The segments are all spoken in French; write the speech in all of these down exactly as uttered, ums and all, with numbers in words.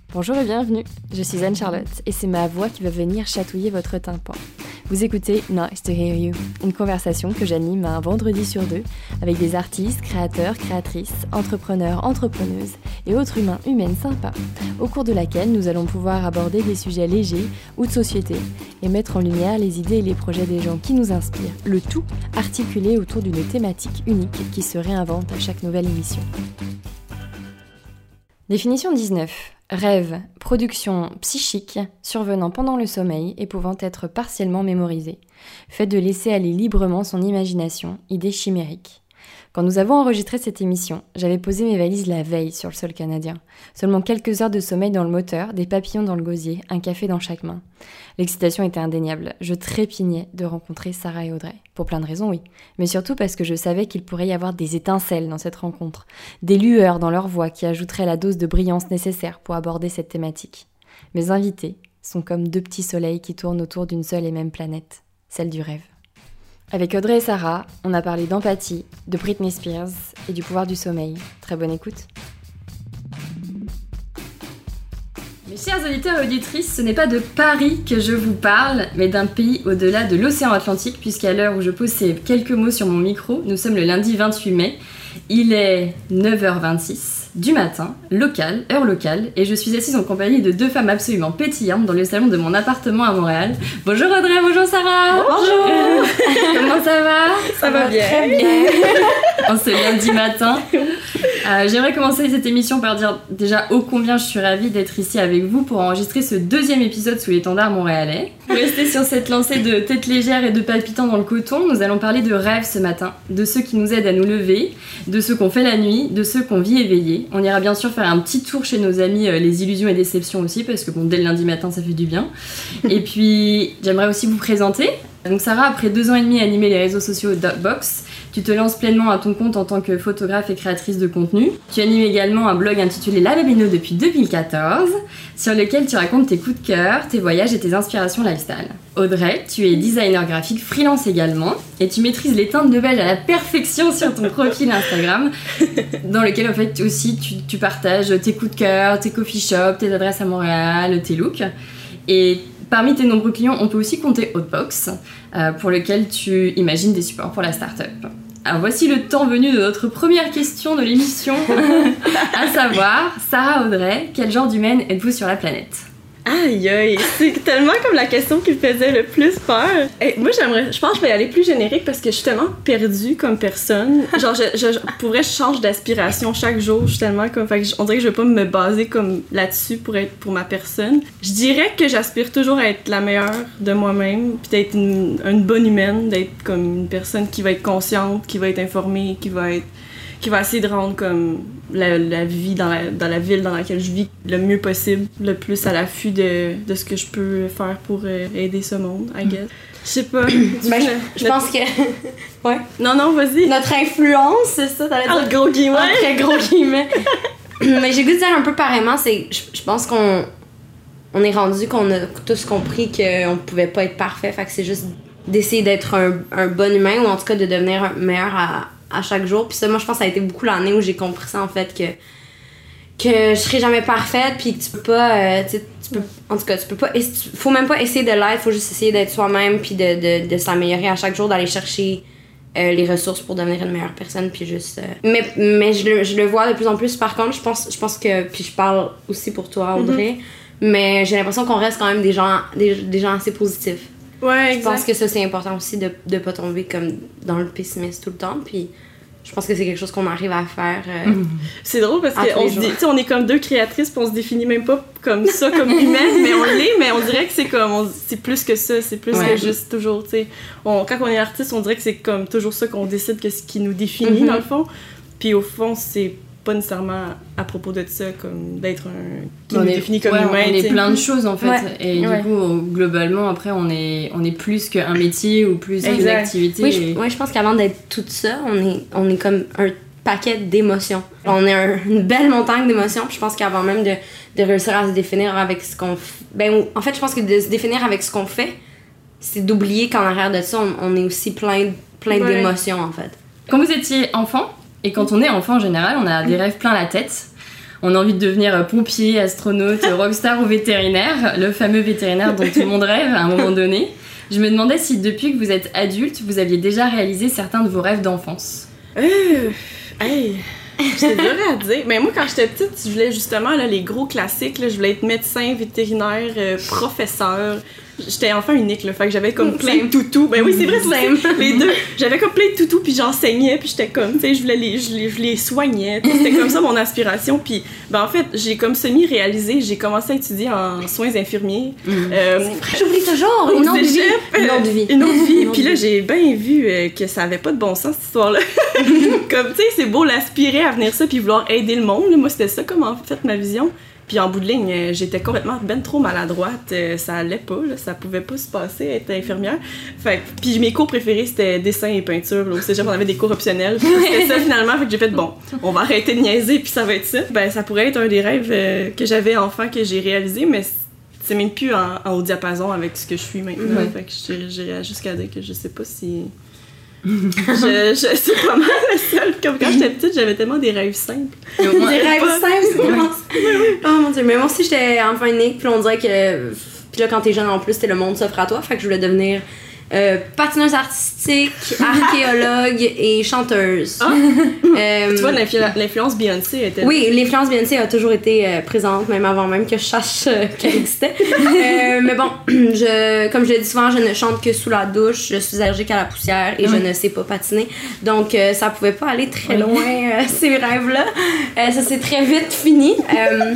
Bonjour et bienvenue, je suis Anne-Charlotte et c'est ma voix qui va venir chatouiller votre tympan. Vous écoutez Nice to Hear You, une conversation que j'anime un vendredi sur deux avec des artistes, créateurs, créatrices, entrepreneurs, entrepreneuses et autres humains, humaines sympas, au cours de laquelle nous allons pouvoir aborder des sujets légers ou de société et mettre en lumière les idées et les projets des gens qui nous inspirent, le tout articulé autour d'une thématique unique qui se réinvente à chaque nouvelle émission. Définition dix-neuf. Rêve, production psychique survenant pendant le sommeil et pouvant être partiellement mémorisée. Fait de laisser aller librement son imagination, idée chimérique. Quand nous avons enregistré cette émission, j'avais posé mes valises la veille sur le sol canadien. Seulement quelques heures de sommeil dans le moteur, des papillons dans le gosier, un café dans chaque main. L'excitation était indéniable. Je trépignais de rencontrer Sarah et Audrey. Pour plein de raisons, oui. Mais surtout parce que je savais qu'il pourrait y avoir des étincelles dans cette rencontre. Des lueurs dans leur voix qui ajouteraient la dose de brillance nécessaire pour aborder cette thématique. Mes invités sont comme deux petits soleils qui tournent autour d'une seule et même planète, celle du rêve. Avec Audrey et Sarah, on a parlé d'empathie, de Britney Spears et du pouvoir du sommeil. Très bonne écoute. Mes chers auditeurs et auditrices, ce n'est pas de Paris que je vous parle, mais d'un pays au-delà de l'océan Atlantique, puisqu'à l'heure où je pose ces quelques mots sur mon micro, nous sommes le lundi vingt-huit mai, il est neuf heures vingt-six du matin, local, heure locale, et je suis assise en compagnie de deux femmes absolument pétillantes dans le salon de mon appartement à Montréal. Bonjour Audrey, bonjour Sarah. Bonjour. Comment ça va? Ça, ça va, va bien. Très bien. En ce lundi matin. Euh, j'aimerais commencer cette émission par dire déjà ô combien je suis ravie d'être ici avec vous pour enregistrer ce deuxième épisode sous l'étendard montréalais. Pour rester sur cette lancée de tête légère et de palpitant dans le coton, nous allons parler de rêves ce matin, de ceux qui nous aident à nous lever, de ceux qu'on fait la nuit, de ceux qu'on vit éveillés. On ira bien sûr faire un petit tour chez nos amis euh, les illusions et déceptions aussi, parce que bon, dès le lundi matin ça fait du bien. Et puis j'aimerais aussi vous présenter. Donc Sarah, après deux ans et demi à animer les réseaux sociaux Dropbox, tu te lances pleinement à ton compte en tant que photographe et créatrice de contenu. Tu animes également un blog intitulé La Babino depuis deux mille quatorze, sur lequel tu racontes tes coups de cœur, tes voyages et tes inspirations lifestyle. Audrey, tu es designer graphique freelance également, et tu maîtrises les teintes de beige à la perfection sur ton profil Instagram, dans lequel en fait aussi tu, tu partages tes coups de cœur, tes coffee shops, tes adresses à Montréal, tes looks. Et parmi tes nombreux clients, on peut aussi compter Hotbox, euh, pour lequel tu imagines des supports pour la start-up. Alors voici le temps venu de notre première question de l'émission, à savoir, Sarah, Audrey, quel genre d'humaine êtes-vous sur la planète? Aïe aïe, c'est tellement comme la question qui me faisait le plus peur. Hey, moi j'aimerais, je pense que je vais aller plus générique parce que je suis tellement perdue comme personne. Genre je, je, je pour vrai je change d'aspiration chaque jour, je suis tellement comme, fait que on dirait que je vais pas me baser comme là-dessus pour être pour ma personne. Je dirais que j'aspire toujours à être la meilleure de moi-même, puis d'être une, une bonne humaine, d'être comme une personne qui va être consciente, qui va être informée, qui va être qui va essayer de rendre comme la, la vie dans la, dans la ville dans laquelle je vis le mieux possible, le plus à l'affût de, de ce que je peux faire pour euh, aider ce monde, I guess. Je sais pas. Ben, je, je pense que... ouais. Non, non, vas-y. Notre influence, c'est ça, t'allais dire? En gros guillemets. En très gros guillemets. Mais j'ai goût de dire un peu pareillement, c'est... Je, je pense qu'on on est rendu qu'on a tous compris qu'on pouvait pas être parfait, fait que c'est juste d'essayer d'être un, un bon humain, ou en tout cas de devenir meilleur à... à chaque jour. Puis ça, moi, je pense que ça a été beaucoup l'année où j'ai compris ça, en fait, que que je serai jamais parfaite, puis que tu peux pas... Euh, tu peux, en tout cas, tu peux pas... Faut même pas essayer de l'être, faut juste essayer d'être soi-même, puis de, de, de s'améliorer à chaque jour, d'aller chercher euh, les ressources pour devenir une meilleure personne, puis juste... Euh... Mais, mais je, le, je le vois de plus en plus, par contre, je pense, je pense que... Puis je parle aussi pour toi, Audrey, mm-hmm. mais j'ai l'impression qu'on reste quand même des gens, des, des gens assez positifs. Ouais, exact. Je pense que ça, c'est important aussi de de pas tomber comme dans le pessimisme tout le temps, puis je pense que c'est quelque chose qu'on arrive à faire. Euh, mmh. C'est drôle parce qu'on se dit, on est comme deux créatrices, puis on se définit même pas comme ça, comme humaine, mais on l'est, mais on dirait que c'est comme, on, c'est plus que ça, c'est plus ouais. que juste toujours, tu sais. Quand on est artiste, on dirait que c'est comme toujours ça qu'on décide que ce qui nous définit, mmh. dans le fond. Puis au fond, c'est pas nécessairement à propos de ça, comme d'être un... qui on nous est, définit comme ouais, humain. On est plein de choses, en fait. Ouais. Et ouais. du coup, globalement, après, on est, on est plus qu'un métier ou plus qu'une activité. Oui, et... je, ouais, je pense qu'avant d'être tout ça, on est, on est comme un paquet d'émotions. On est un, une belle montagne d'émotions, puis je pense qu'avant même de, de réussir à se définir avec ce qu'on fait... Ben, en fait, je pense que de se définir avec ce qu'on fait, c'est d'oublier qu'en arrière de ça, on, on est aussi plein, plein ouais. d'émotions, en fait. Quand vous étiez enfant, et quand on est enfant en général, on a des rêves plein la tête. On a envie de devenir pompier, astronaute, rockstar ou vétérinaire, le fameux vétérinaire dont tout le monde rêve à un moment donné. Je me demandais si depuis que vous êtes adulte, vous aviez déjà réalisé certains de vos rêves d'enfance. Euh, hey, c'est dur à dire. Mais moi, quand j'étais petite, je voulais justement là, les gros classiques. Là, je voulais être médecin, vétérinaire, euh, professeur. J'étais enfant unique, là, fait que j'avais comme plein de toutous. Ben oui, c'est vrai, c'est les deux. J'avais comme plein de toutous, puis j'enseignais, puis j'étais comme, tu sais, je voulais les, je les, je les soignais. C'était comme ça mon aspiration. Puis, ben en fait, j'ai comme semi-réalisé, j'ai commencé à étudier en soins infirmiers. Mmh. Euh, J'oublie toujours, une autre, vie. une autre vie. Une autre vie. Puis là, j'ai bien vu euh, que ça avait pas de bon sens, cette histoire-là. Comme, tu sais, c'est beau l'aspirer à venir ça, puis vouloir aider le monde. Là. Moi, c'était ça, comme en fait, ma vision. Puis en bout de ligne, euh, j'étais complètement ben trop maladroite. Euh, ça allait pas, là, ça pouvait pas se passer, être infirmière. Fait que, puis mes cours préférés, c'était dessin et peinture. Là, au cégep, on avait des cours optionnels. C'était ça finalement, fait que j'ai fait bon, on va arrêter de niaiser, puis ça va être ça. Ben, ça pourrait être un des rêves euh, que j'avais enfant, que j'ai réalisé, mais c'est même plus en, en haut diapason avec ce que je suis maintenant. Mm-hmm. Fait que j'irais jusqu'à dire que je sais pas si... je, je c'est pas mal le seul. Comme quand j'étais petite, j'avais tellement des rêves simples. Des rêves simples, c'est vraiment... Oh mon dieu, mais moi aussi j'étais enfant unique, puis on dirait que. Puis là, quand t'es jeune en plus, t'es le monde s'offre à toi, fait que je voulais devenir euh, patineuse artistique, archéologue et chanteuse. Ah. Euh, tu vois, l'influ- l'influence Beyoncé était. Oui, l'influence Beyoncé a toujours été euh, présente, même avant même que je sache euh, qu'elle existait. euh, mais bon, je, comme je le dis souvent, je ne chante que sous la douche, je suis allergique à la poussière et mmh. je ne sais pas patiner. Donc, euh, ça pouvait pas aller très loin, euh, ces rêves-là. Euh, ça s'est très vite fini. Euh,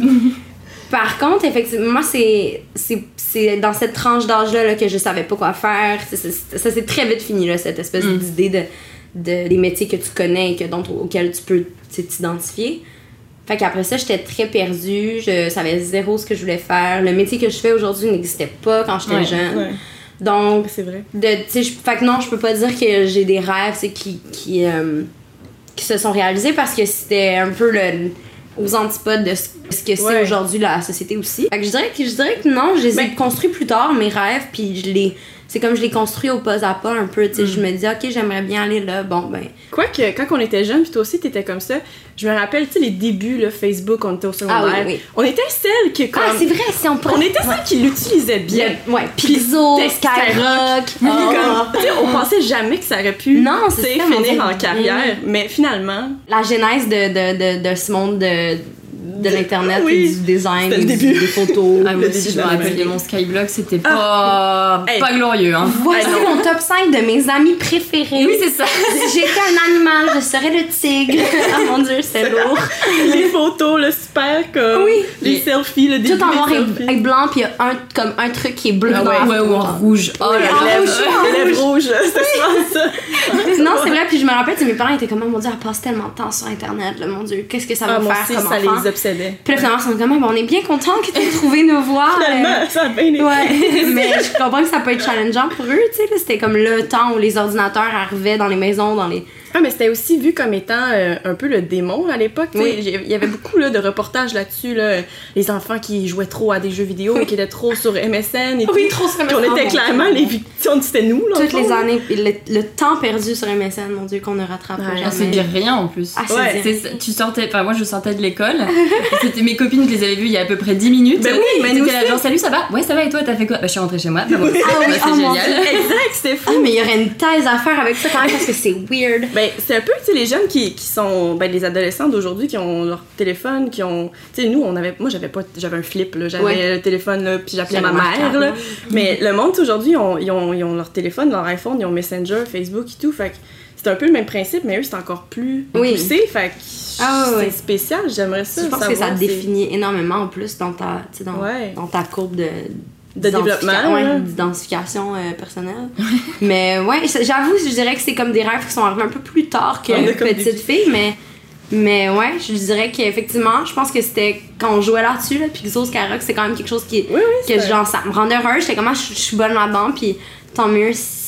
Par contre, effectivement, moi, c'est, c'est, c'est dans cette tranche d'âge-là là, que je savais pas quoi faire. C'est, c'est, ça s'est très vite fini, là, cette espèce mm. d'idée de, de, des métiers que tu connais et que, dont, auxquels tu peux t'identifier. Fait qu'après ça, j'étais très perdue. Je savais zéro ce que je voulais faire. Le métier que je fais aujourd'hui n'existait pas quand j'étais ouais, jeune. Ouais. Donc, c'est vrai. De, je, fait que non, je peux pas dire que j'ai des rêves qui, qui, euh, qui se sont réalisés parce que c'était un peu le... aux antipodes de ce que c'est ouais. aujourd'hui la société aussi. Fait que je dirais que, je dirais que non, je les ai ben, construits plus tard, mes rêves, puis je les... C'est comme je les construis au pas à pas un peu, tu sais. Mm. Je me dis, OK, j'aimerais bien aller là, bon, ben... Quoique, quand on était jeunes, puis toi aussi, t'étais comme ça, je me rappelle, tu sais, les débuts, là, Facebook, on était au secondaire. Ah, oui, oui. On était celles qui, comme... Ah, c'est vrai, si on pourrait... On était celles ouais. qui l'utilisaient bien. Le, ouais, Pixo, Skyrock... Oh. Comme, on pensait jamais que ça aurait pu, non, c'est ça, finir en carrière, mm. mais finalement... La genèse de, de, de, de ce monde de... de l'internet oui. et du design et du, des photos. Ah, moi aussi, je me rappelle de mon Skyblock, c'était pas, ah. pas hey. glorieux. Hein. Voici hey, mon top cinq de mes amis préférés. Oui, c'est ça. J'étais un animal, je serais le tigre. Ah oh, mon dieu, c'est lourd. Les photos, le super, comme oui. les selfies, le début. Tout en noir et, et blanc, puis il y a un, comme un truc qui est bleu. Ah, ouais, ouais, ou en rouge. Oh, oui, en lèvres, rouge. Les lèvres rouges, c'est souvent ça. Non, c'est vrai, puis je me rappelle, mes parents étaient comme, oh mon dieu, elle passe tellement de temps sur Internet, là, mon dieu, qu'est-ce que ça va ah, faire aussi, comme ça enfant? Les obsédait. Puis là, finalement, ils sont comme, bon, on est bien contents que tu aies trouvé nos voix. Finalement, euh... ça a bien été. Ouais, mais je comprends que ça peut être challengeant pour eux, tu sais, là, c'était comme le temps où les ordinateurs arrivaient dans les maisons, dans les... Ah, mais c'était aussi vu comme étant euh, un peu le démon à l'époque. Oui. Il y avait beaucoup là, de reportages là-dessus. Là, les enfants qui jouaient trop à des jeux vidéo, oui. qui étaient trop sur M S N. Et oui, tout. trop sur M S N. Puis on était clairement les victimes, c'était nous. Là, toutes les années, le, le temps perdu sur M S N, mon Dieu, qu'on ne rattrape ouais, jamais. C'est dire rien en plus. Ah, c'est ouais. c'est, tu sortais, enfin moi je sortais de l'école. C'était mes copines, je les avais vues il y a à peu près dix minutes. Ben oui, mais nous là, genre salut, ça va? Ouais, ça va et toi, t'as fait quoi? Bah je suis rentrée chez moi. Bah, bon, ah oui, c'est oh, génial. Exact, c'était fou. Ah, mais il y aurait une thèse à faire avec ça quand même parce que c'est weird. Ben c'est un peu, tu sais, les jeunes qui, qui sont, ben les adolescents d'aujourd'hui qui ont leur téléphone, qui ont, tu sais, nous on avait, moi j'avais pas, j'avais un flip là, j'avais ouais. le téléphone là, puis j'appelais ma mère là. Mais le monde aujourd'hui, ils ont, ils ont, ils ont leur téléphone, leur iPhone, ils ont Messenger, Facebook et tout, fait que c'est un peu le même principe, mais eux c'est encore plus oui. poussé, fait que ah, c'est ouais. spécial, j'aimerais ça. Je pense que ça c'est... définit énormément en plus dans ta, tu sais, dans, ouais. dans ta courbe de de développement, ouais, d'identification euh, personnelle. Mais ouais, j'avoue, je dirais que c'est comme des rêves qui sont arrivés un peu plus tard que petite des... fille, mais mais ouais, je dirais qu'effectivement, je pense que c'était quand on jouait là-dessus, là, Pixo, Skyrock, c'est quand même quelque chose qui oui, oui, que genre ça me rendait heureuse, j'étais comme je, je suis bonne là-dedans, puis tant mieux.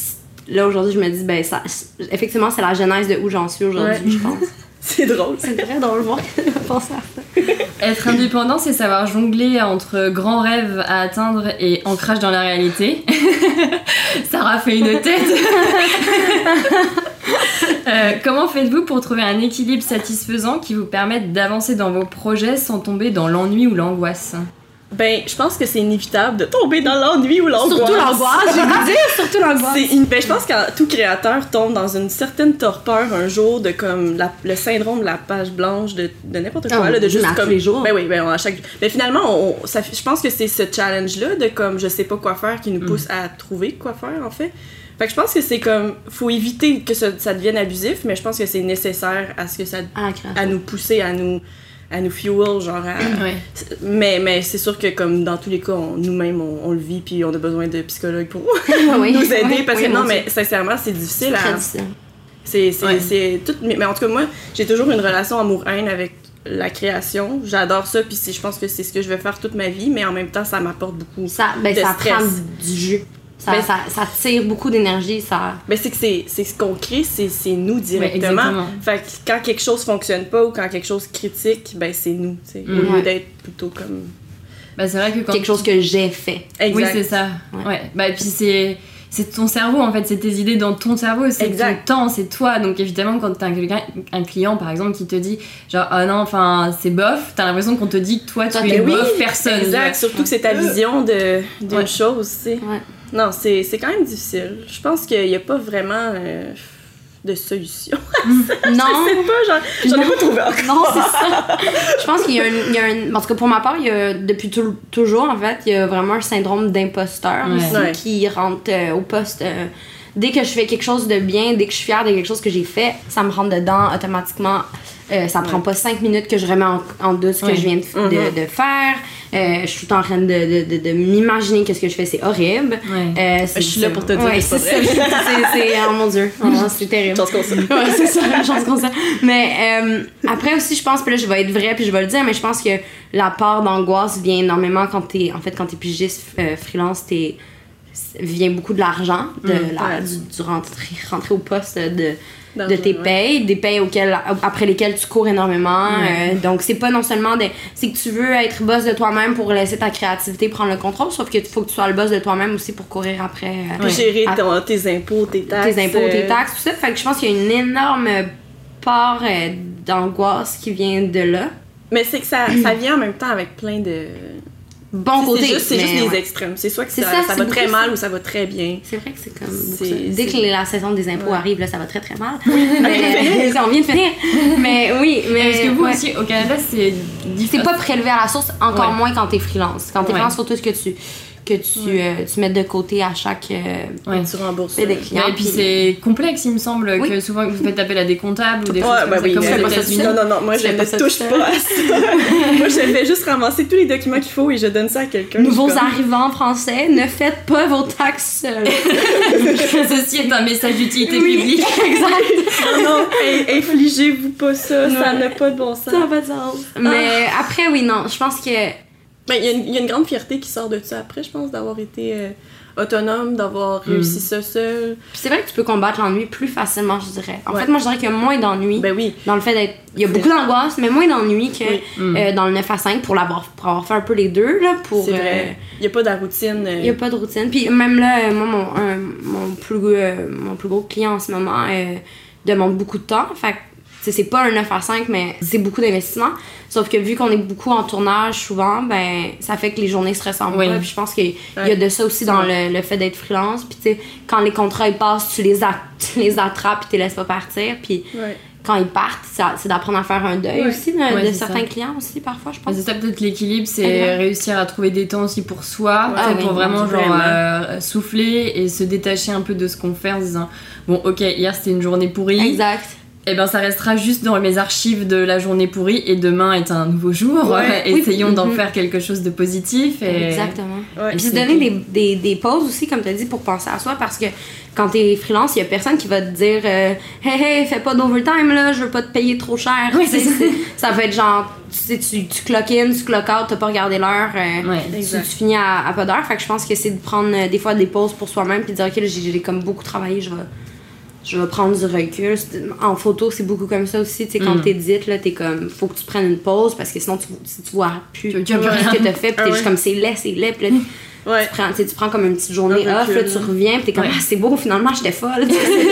Là aujourd'hui, je me dis ben ça, effectivement, c'est la genèse de où j'en suis aujourd'hui, ouais. je pense. C'est drôle. C'est très drôle de voir qu'elle a pensé à ça. Être indépendant, c'est savoir jongler entre grands rêves à atteindre et ancrage dans la réalité. Sarah fait une tête. Euh, comment faites-vous pour trouver un équilibre satisfaisant qui vous permette d'avancer dans vos projets sans tomber dans l'ennui ou l'angoisse? Ben, je pense que c'est inévitable de tomber dans l'ennui ou l'angoisse. Surtout l'angoisse, je veux dire, surtout l'angoisse. C'est in- ben, je pense que tout créateur tombe dans une certaine torpeur un jour de comme la- le syndrome de la page blanche de, de n'importe quoi, Oh, là, de juste à tous comme les jours. Ben oui, ben à chaque. Ben finalement, on, ça, je pense que c'est ce challenge là de comme je sais pas quoi faire qui nous pousse à trouver quoi faire en fait. Fait que je pense que c'est comme faut éviter que ça, ça devienne abusif, mais je pense que c'est nécessaire à ce que ça À la création. à nous pousser à nous à nous fuel genre à, Ouais. mais mais c'est sûr que comme dans tous les cas on- nous-mêmes on, on le vit puis on a besoin de psychologues pour Oui, nous aider oui, parce oui, que non mon Dieu. mais sincèrement c'est difficile C'est très à difficile. c'est c'est Ouais. c'est tout mais, mais en tout cas moi j'ai toujours une relation amour-haine avec la création, j'adore ça puis c'est- je pense que c'est ce que je vais faire toute ma vie, mais en même temps ça m'apporte beaucoup Ça, ben, de ça stress. prend du jus. Ça, Ben, ça, ça tire beaucoup d'énergie, ça... Ben, c'est que c'est, c'est ce qu'on crée, c'est, c'est nous directement. exactement. Fait que quand quelque chose fonctionne pas ou quand quelque chose critique, ben c'est nous, tu sais, Mm. au lieu Ouais. d'être plutôt comme... Bah, c'est vrai que quand Quelque chose que j'ai fait. Exact. Oui, c'est ça. Ouais. Ouais. Bah, et puis c'est c'est ton cerveau en fait, c'est tes idées dans ton cerveau, c'est Exact. ton temps, c'est toi. Donc évidemment, quand t'as quelqu'un, un client par exemple qui te dit genre ah non, enfin c'est bof, t'as l'impression qu'on te dit que toi tu Toi, es t'es- une oui, bof personne. Exact, surtout que c'est ta vision de, d'une Ouais. chose, tu sais. Ouais. Non, c'est, c'est quand même difficile. Je pense qu'il y a pas vraiment euh, de solution. Non, Je sais pas, genre, j'en ai Non. pas trouvé encore. non, c'est ça. Je pense qu'il y a un... Il y a un en tout cas, pour ma part, il y a, depuis tout- toujours, en fait, il y a vraiment un syndrome d'imposteur Ouais. aussi Ouais. qui rentre euh, au poste. euh, dès que je fais quelque chose de bien, dès que je suis fière de quelque chose que j'ai fait, ça me rentre dedans automatiquement. Euh, ça prend Ouais. pas cinq minutes que je remets en, en doute ce Ouais. que je viens de, Mhm. de, de faire. Euh, je suis tout le temps en train de, de, de, de m'imaginer qu'est-ce que je fais, c'est horrible. Ouais. Euh, c'est- Je suis là pour te dire ouais, que c'est c'est pas ça. vrai. C'est, c'est, oh mon dieu, oh, c'est terrible. Chance qu'on sait. Ouais, c'est ça, une chance comme ça. Mais euh, après aussi, je pense, puis là, je vais être vraie, puis je vais le dire, mais je pense que la part d'angoisse vient énormément quand t'es, en fait, quand t'es pigiste euh, freelance, t'es, vient beaucoup de l'argent, de Mm, la, ouais. du, du rentrer, rentrer au poste de, Dans de le- tes ouais. payes, des payes auxquelles, après lesquelles tu cours énormément. Ouais. Euh, donc, c'est pas non seulement des. C'est que tu veux être boss de toi-même pour laisser ta créativité prendre le contrôle, sauf que faut que tu sois le boss de toi-même aussi pour courir après. euh, Puis gérer à- ton- tes impôts, tes taxes. tes impôts, tes euh, taxes, tout ça. Fait que je pense qu'il y a une énorme part euh, d'angoisse qui vient de là. Mais c'est que ça, ça vient en même temps avec plein de... Bon C'est côté. juste, c'est juste mais les ouais. extrêmes. C'est soit que C'est ça, ça, ça, c'est va beaucoup très ça. mal ou ça va très bien. C'est vrai que c'est comme beaucoup C'est- ça. Dès c'est- que la saison des impôts Ouais. arrive, là, ça va très très mal. mais on vient de finir. Mais oui, mais. Parce que vous ouais. aussi au Canada c'est C'est difficile. pas prélevé à la source, encore Ouais. moins quand t'es freelance. Quand t'es Ouais. freelance, faut tout ce que tu, que tu, euh, tu mets de côté à chaque. euh, Ouais. Tu rembourses. paie des euh, clients. Ouais, et puis c'est complexe, il me semble, Oui. que souvent vous faites appel à des comptables ou des Ouais, choses bah comme oui, ça, comme mais aux pas ça États-Unis. tout non, non, non, moi Tu je fais ne pas ça touche tout pas à ça. Moi je fais juste ramasser tous les documents qu'il faut et je donne ça à quelqu'un. Nouveaux Je suis comme- arrivants français, ne faites pas vos taxes seuls. Ceci est un message d'utilité Oui, publique. exact. Non, non, in- infligez-vous pas ça, ça Ouais. n'a pas de bon sens. Ça n'a pas de sens. Mais après, oui, non, je pense que. Ben, il y, a une- il y a une grande fierté qui sort de ça après, je pense, d'avoir été euh, autonome, d'avoir réussi ça seul. Puis c'est vrai que tu peux combattre l'ennui plus facilement, je dirais. En Ouais. fait, moi, je dirais qu'il y a moins d'ennui Ben oui. dans le fait d'être. Il y a beaucoup d'angoisse, mais moins d'ennui que Oui. Mm. euh, dans le neuf à cinq pour, l'avoir, pour avoir fait un peu les deux, là. Pour, C'est euh, vrai. Il n'y a pas de routine. euh, Il n'y a pas de routine. Puis même là, euh, moi, mon, un- mon, plus, euh, mon plus gros client en ce moment euh, demande beaucoup de temps. Fait que, tu sais, c'est pas un neuf à cinq, mais c'est beaucoup d'investissement. Sauf que vu qu'on est beaucoup en tournage souvent, ben ça fait que les journées se ressemblent Oui. pas. Puis je pense qu'il y a Ouais. de ça aussi dans le, le fait d'être freelance. Puis tu sais, quand les contrats ils passent, tu les, a- tu les attrapes et tu les laisses pas partir. Puis Ouais. quand ils partent, ça- c'est d'apprendre à faire un deuil Ouais. aussi de, Ouais, de c'est certains ça. clients aussi, parfois, je Ah, pense. c'est ça peut-être l'équilibre, c'est Exact. réussir à trouver des temps aussi pour soi, Ah tu sais, oui, pour vraiment genre vraiment. euh, souffler et se détacher un peu de ce qu'on fait en se disant bon ok hier c'était une journée pourrie, Exact. et ben ça restera juste dans mes archives de la journée pourrie et demain est un nouveau jour. Ouais. Oui. Essayons d'en Mhm. faire quelque chose de positif et Exactement. Ouais. Puis se c'est donner ok. des, des, des pauses aussi, comme tu as dit, pour penser à soi, parce que quand t'es freelance, il y a personne qui va te dire euh, Hey, hey, fais pas d'overtime, là, je veux pas te payer trop cher. Oui, Tu sais, c'est ça. c'est- ça va être genre, tu sais, tu, tu clock in, tu clock out, t'as pas regardé l'heure, euh, Ouais. tu, Exact. tu finis à, à pas d'heure. Fait que je pense que c'est de prendre euh, des fois des pauses pour soi-même, puis de dire Ok, là, j'ai j'ai comme beaucoup travaillé, je vais. Je vais prendre du recul. C'est- En photo, c'est beaucoup comme ça aussi. Tu sais, quand Mm. t'édites, là, t'es comme, faut que tu prennes une pause parce que sinon, tu, si tu vois plus, Tu- tu vois plus plus ce rien. que t'as fait, puis Ah t'es ouais. juste comme, c'est laid, c'est laid. Puis là, Ouais. Tu prends, tu sais, tu prends comme une petite journée Un off, recul. là, tu reviens, pis t'es comme, Ouais. ah, c'est beau, finalement, j'étais folle.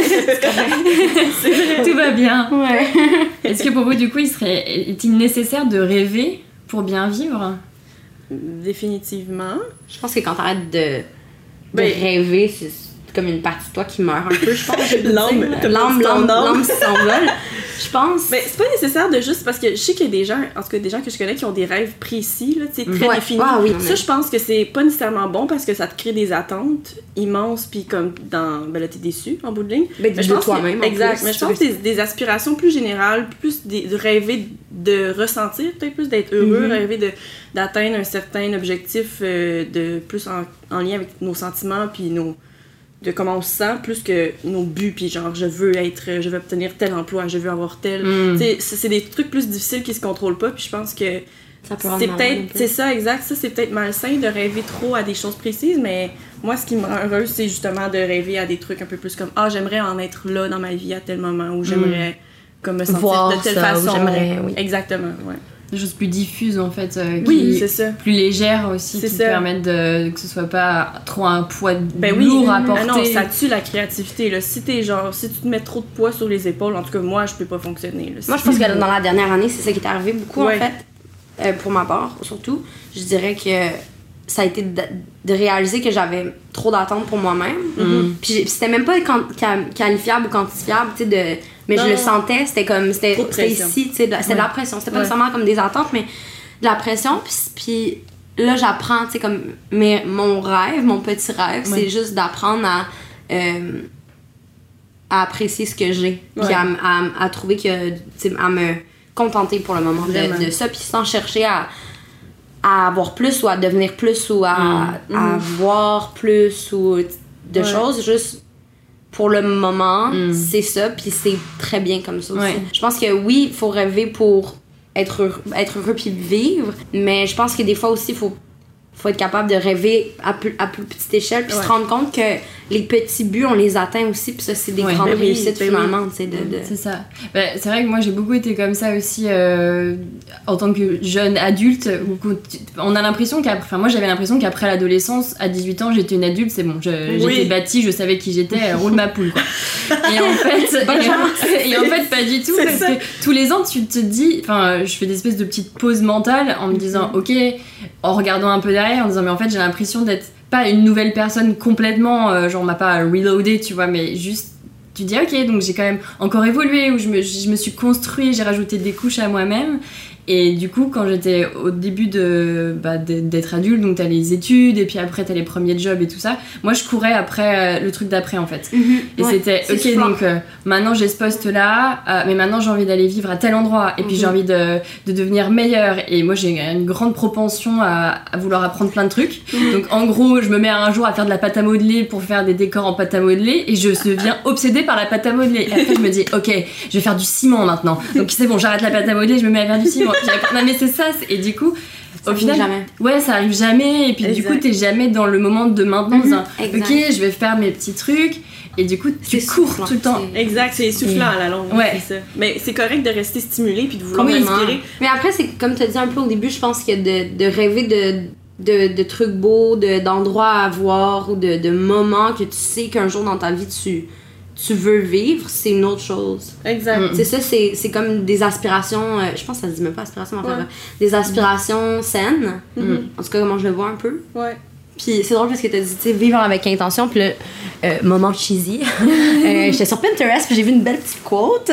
Tout va bien. Ouais. Est-ce que pour vous, du coup, il serait, est-il nécessaire de rêver pour bien vivre? Définitivement. Je pense que quand t'arrêtes de, de Ben- rêver, c'est comme une partie de toi qui meurt un peu, je pense. j'ai le goût de L'âme, dire. comme l'âme, ton l'âme, âme. l'âme qui s'envole. Je pense. Mais c'est pas nécessaire de juste parce que je sais qu'il y a des gens, en tout cas des gens que je connais qui ont des rêves précis, là, tu sais, très Ouais. définis. Ah oui. Ça, je pense que c'est pas nécessairement bon parce que ça te crée des attentes immenses, puis comme dans. Ben là, t'es déçu en bout de ligne. Ben, Mais je de pense que- toi-même, en Exact. plus. Mais je pense que des, des aspirations plus générales, plus des, de rêver de ressentir, peut-être plus d'être heureux, Mhm. rêver de, d'atteindre un certain objectif euh, de plus en, en lien avec nos sentiments, puis nos. De comment on se sent, plus que nos buts, puis genre, je veux être, je veux obtenir tel emploi, je veux avoir tel. Mm. Tu sais, c'est c'est des trucs plus difficiles qui se contrôlent pas, puis je pense que Ça peut rendre c'est malade un peut-être, peu. c'est ça, exact, ça c'est peut-être malsain de rêver trop à des choses précises, mais moi ce qui me rend heureuse, c'est justement de rêver à des trucs un peu plus comme, ah, j'aimerais en être là dans ma vie à tel moment, ou j'aimerais comme me sentir Voir de telle ça, ou façon. j'aimerais, oui. Exactement, ouais. Des choses plus diffuses, en fait, euh, qui, Oui, c'est ça. plus légères aussi, C'est qui ça. permettent de, que ce soit pas trop un poids Ben oui, lourd à ah porter. non, ça tue la créativité, là. Si t'es genre, si tu te mets trop de poids sur les épaules, en tout cas, moi, je peux pas fonctionner, là. Moi, je pense que dans la dernière année, c'est ça qui est arrivé beaucoup, Ouais. en fait. Euh, pour ma part, surtout. Je dirais que ça a été de, de réaliser que j'avais trop d'attentes pour moi-même. Mm. Puis j'ai- c'était même pas quand- qual- qualifiable ou quantifiable, tu sais, de... Mais Non. je le sentais, c'était comme... C'était Trop de c'était pression. ici, tu sais, de- c'était de la Ouais. pression. C'était pas Ouais. nécessairement comme des attentes, mais de la pression. Puis, puis là, j'apprends, tu sais, comme... Mais mon rêve, mon petit rêve, Ouais. c'est juste d'apprendre à... euh, à apprécier ce que j'ai. Puis Ouais. à, m- à, m- à trouver que... tu sais, à me contenter pour le moment Vraiment. de, de ça. Puis sans chercher à à avoir plus ou à devenir plus ou à, Mm. à Mm. voir plus ou de Ouais. choses juste pour le moment Mm. c'est ça puis c'est très bien comme ça aussi. Ouais. Je pense que oui il faut rêver pour être heureux, être heureux puis vivre mais je pense que des fois aussi il faut faut être capable de rêver à plus, à plus petite échelle puis Ouais. se rendre compte que les petits buts on les atteint aussi puis ça c'est des Ouais. grandes Ben oui, réussites ben oui. finalement tu sais de, de... C'est ça. Bah, c'est vrai que moi j'ai beaucoup été comme ça aussi euh, en tant que jeune adulte. Où quand tu- on a l'impression qu'après, enfin moi j'avais l'impression qu'après l'adolescence, à dix-huit ans, j'étais une adulte, c'est bon, je- Oui. j'étais bâtie, je savais qui j'étais, euh, roule ma poule quoi. Et en fait, Bonne et, chance. et en fait pas du tout C'est parce ça. que tous les ans tu te dis, enfin je fais des espèces de petites pauses mentales en me disant ok, en regardant un peu derrière, en disant mais en fait j'ai l'impression d'être pas une nouvelle personne complètement, euh, genre on m'a pas reloadé tu vois, mais juste tu dis ok donc j'ai quand même encore évolué où je me, je me suis construit, j'ai rajouté des couches à moi-même et du coup quand j'étais au début de bah, de- d'être adulte donc t'as les études et puis après t'as les premiers jobs et tout ça, moi je courais après euh, le truc d'après en fait Mhm. et Ouais, c'était c'est ok soufflant. donc euh, maintenant j'ai ce poste là mais maintenant j'ai envie d'aller vivre à tel endroit et puis Mhm. j'ai envie de, de devenir meilleure et moi j'ai une grande propension à, à vouloir apprendre plein de trucs donc en gros je me mets un jour à faire de la pâte à modeler pour faire des décors en pâte à modeler et je deviens obsédée par la pâte à modeler et après je me dis ok je vais faire du ciment maintenant donc c'est bon j'arrête la pâte à modeler je me mets à faire du ciment Puis après, non mais c'est ça c'est- et du coup Ça au finit final jamais. ouais ça arrive jamais et puis du Exact. coup t'es jamais dans le moment de maintenant en Mhm, disant, exact. ok je vais faire mes petits trucs et du coup tu C'est cours soufflant, tout le temps c'est- Exact, c'est essoufflant à la longue, Ouais. c'est ça. Mais c'est correct de rester stimulé puis de vouloir Complètement. respirer. Mais après, c'est comme tu as dit un peu au début, je pense que de, de rêver de, de, de trucs beaux, de, d'endroits à voir ou de, de moments que tu sais qu'un jour dans ta vie tu, tu veux vivre, c'est une autre chose. Exact. Mm. C'est ça, c'est, c'est comme des aspirations, euh, je pense que ça se dit même pas aspiration, mais enfin, Ouais. des aspirations saines. Mhm. En tout cas, comment je le vois un peu. Ouais. Puis c'est drôle parce que t'as dit, tu sais, vivre avec intention. Puis là, euh, moment cheesy. Euh, J'étais sur Pinterest, puis j'ai vu une belle petite quote.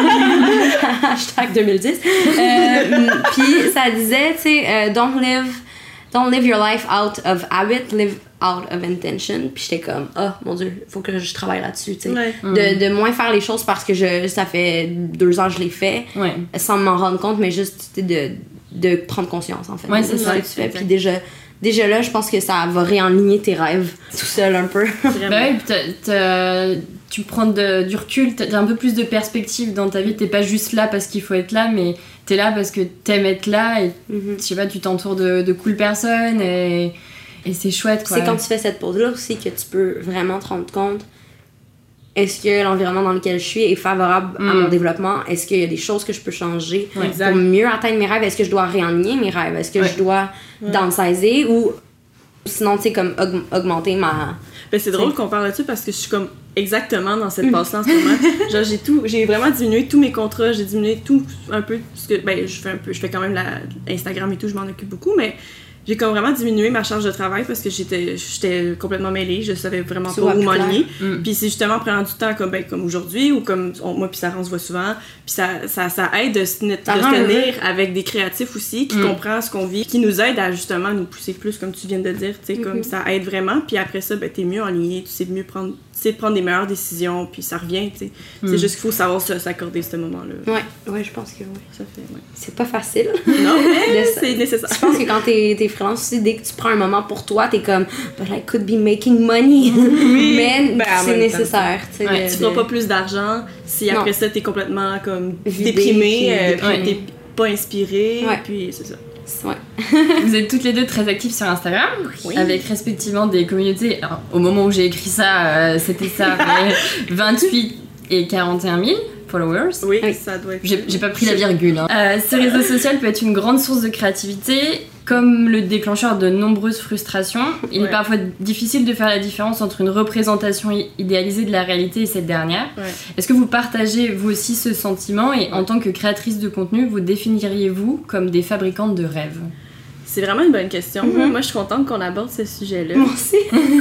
Hashtag deux mille dix. Euh, puis ça disait, tu sais, euh, don't live, don't live your life out of habit, live out of intention. Puis j'étais comme, oh mon Dieu, faut que je travaille là-dessus, tu sais. Ouais. De, de moins faire les choses parce que je, ça fait deux ans que je l'ai fait, ouais sans m'en rendre compte, mais juste tu sais, de, de prendre conscience, en fait. Ouais, de c'est ce ça, que tu fais. exact. Puis déjà, déjà là, je pense que ça va réaligner tes rêves tout seul un peu. Vraiment. bah ouais puis t'as- t'as- tu prends de- du recul t'as t'as un peu plus de perspective dans ta vie t'es pas juste là parce qu'il faut être là mais t'es là parce que t'aimes être là et Mhm. je sais pas tu t'entoures de, de cool personnes et, et c'est chouette quoi C'est quand tu fais cette pause-là aussi que tu peux vraiment te rendre compte est-ce que l'environnement dans lequel je suis est favorable à Mm. mon développement? Est-ce qu'il y a des choses que je peux changer Ouais. Exact. pour mieux atteindre mes rêves? Est-ce que je dois réaligner mes rêves? Est-ce que Ouais. je dois downsizer ou Sinon, tu sais, comme aug- augmenter ma... Ben, c'est drôle qu'on parle là-dessus parce que je suis comme exactement dans cette passe-là en ce moment. Genre, j'ai tout, j'ai vraiment diminué tous mes contrats, j'ai diminué tout un peu, ce que, ben, je fais un peu, je fais quand même la, Instagram et tout, je m'en occupe beaucoup, mais j'ai comme vraiment diminué ma charge de travail parce que j'étais, j'étais complètement mêlée, je savais vraiment pas où m'enligner. Mm. Puis c'est justement en prenant du temps comme, ben, comme aujourd'hui ou comme on, moi puis Sarah on se voit souvent, puis ça, ça, ça aide de se, de se tenir avec des créatifs aussi qui mm. comprennent ce qu'on vit, qui nous aident à justement nous pousser plus comme tu viens de le dire, tu sais, mm-hmm. comme ça aide vraiment. Puis après ça, ben, t'es mieux aligné, tu sais mieux prendre, tu sais prendre des meilleures décisions, puis ça revient, tu sais. Mm. C'est juste qu'il faut savoir s'accorder ce moment-là. Ouais, ouais, je pense que oui. Ça fait, ouais. C'est pas facile. Non, mais c'est nécessaire. Je pense que quand t'es, t'es freelance aussi, dès que tu prends un moment pour toi, t'es comme but I could be making money. Oui. Mais ben, c'est nécessaire. Ouais, de, tu feras de... pas plus d'argent si après non. ça t'es complètement comme vidé, déprimé, puis, euh, puis ouais. t'es pas inspiré, ouais. puis c'est ça. Ouais. Vous êtes toutes les deux très actives sur Instagram, oui. avec respectivement des communautés. Alors, au moment où j'ai écrit ça, euh, c'était ça, vingt-huit et quarante et un mille followers. Oui, oui. Ça doit être. J'ai, j'ai pas pris la virgule. Hein. Euh, ce réseau social peut être une grande source de créativité, comme le déclencheur de nombreuses frustrations. Il ouais. est parfois difficile de faire la différence entre une représentation idéalisée de la réalité et cette dernière. Ouais. Est-ce que vous partagez vous aussi ce sentiment et en tant que créatrice de contenu, vous définiriez-vous comme des fabricantes de rêves? C'est vraiment une bonne question. Mm-hmm. Moi, je suis contente qu'on aborde ce sujet-là. Moi aussi.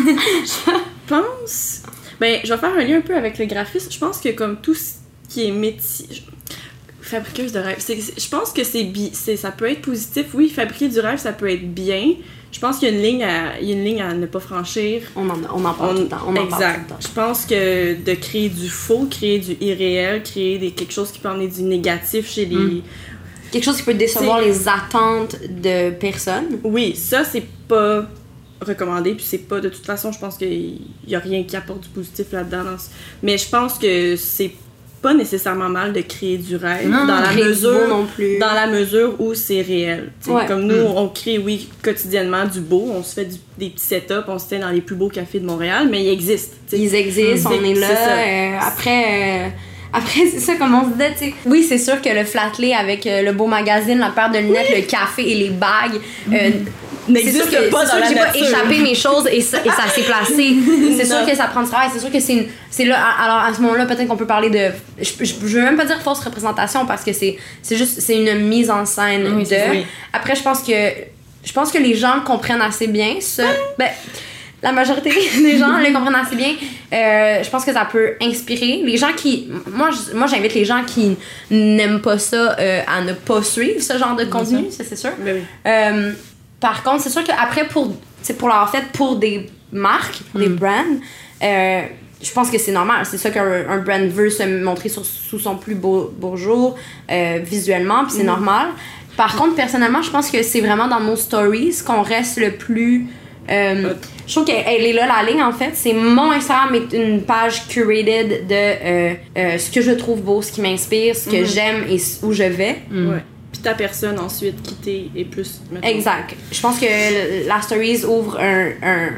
Je pense... Ben, je vais faire un lien un peu avec le graphisme. Je pense que comme tout ce qui est métier... Fabriqueuse de rêve. C'est, je pense que c'est, bi- c'est ça peut être positif. Oui, fabriquer du rêve, ça peut être bien. Je pense qu'il y a une ligne à, il y a une ligne à ne pas franchir. On en, on en parle on, tout le temps. On en exact. Parle tout le temps. Je pense que de créer du faux, créer du irréel, créer des, quelque chose qui peut emmener du négatif chez les... Mm. Quelque chose qui peut décevoir c'est... les attentes de personnes. Oui, ça, c'est pas recommandé. Puis c'est pas... De toute façon, je pense qu'il y a rien qui apporte du positif là-dedans. Dans ce... Mais je pense que c'est pas nécessairement mal de créer du rêve non, dans la mesure non plus. Dans la mesure où c'est réel. Ouais. Comme nous, mm. on crée, oui, quotidiennement du beau, on se fait du, des petits setups, on se fait dans les plus beaux cafés de Montréal, mais ils existent. T'sais. Ils existent, mm. on est là. Euh, après... Euh... Après, c'est ça, comme on se disait, tu sais. Oui, c'est sûr que le flatlay avec euh, le beau magazine, la paire de lunettes, oui. le café et les bagues, euh, n'existe que, pas c'est dans la sûr que j'ai nature. pas échappé mes choses et ça, et ça s'est placé. C'est sûr que ça prend du travail. C'est sûr que c'est une... C'est là, alors à ce moment-là, peut-être qu'on peut parler de... Je, je, je veux même pas dire fausse représentation parce que c'est, c'est juste... C'est une mise en scène oui, de... Oui. Après, je pense que... Je pense que les gens comprennent assez bien ça. Ben... La majorité des gens le comprennent assez bien. Euh, je pense que ça peut inspirer. Les gens qui... Moi, je, moi j'invite les gens qui n'aiment pas ça euh, à ne pas suivre ce genre de contenu, ça, c'est sûr. Ben oui. Euh, par contre, c'est sûr qu'après, pour, pour l'avoir fait pour des marques, pour mm. des brands, euh, je pense que c'est normal. C'est ça qu'un un brand veut se montrer sur, sous son plus beau, beau jour, euh, visuellement, puis c'est mm. normal. Par contre, personnellement, je pense que c'est vraiment dans nos stories qu'on reste le plus... Euh, je trouve qu'elle est là la ligne en fait. C'est mon Instagram est une page curated de euh, euh, ce que je trouve beau, ce qui m'inspire, ce que mm-hmm. j'aime et où je vais. Mm. Ouais. Puis ta personne ensuite qui t'est et plus. Mettons. Exact. Je pense que la stories ouvre un, un,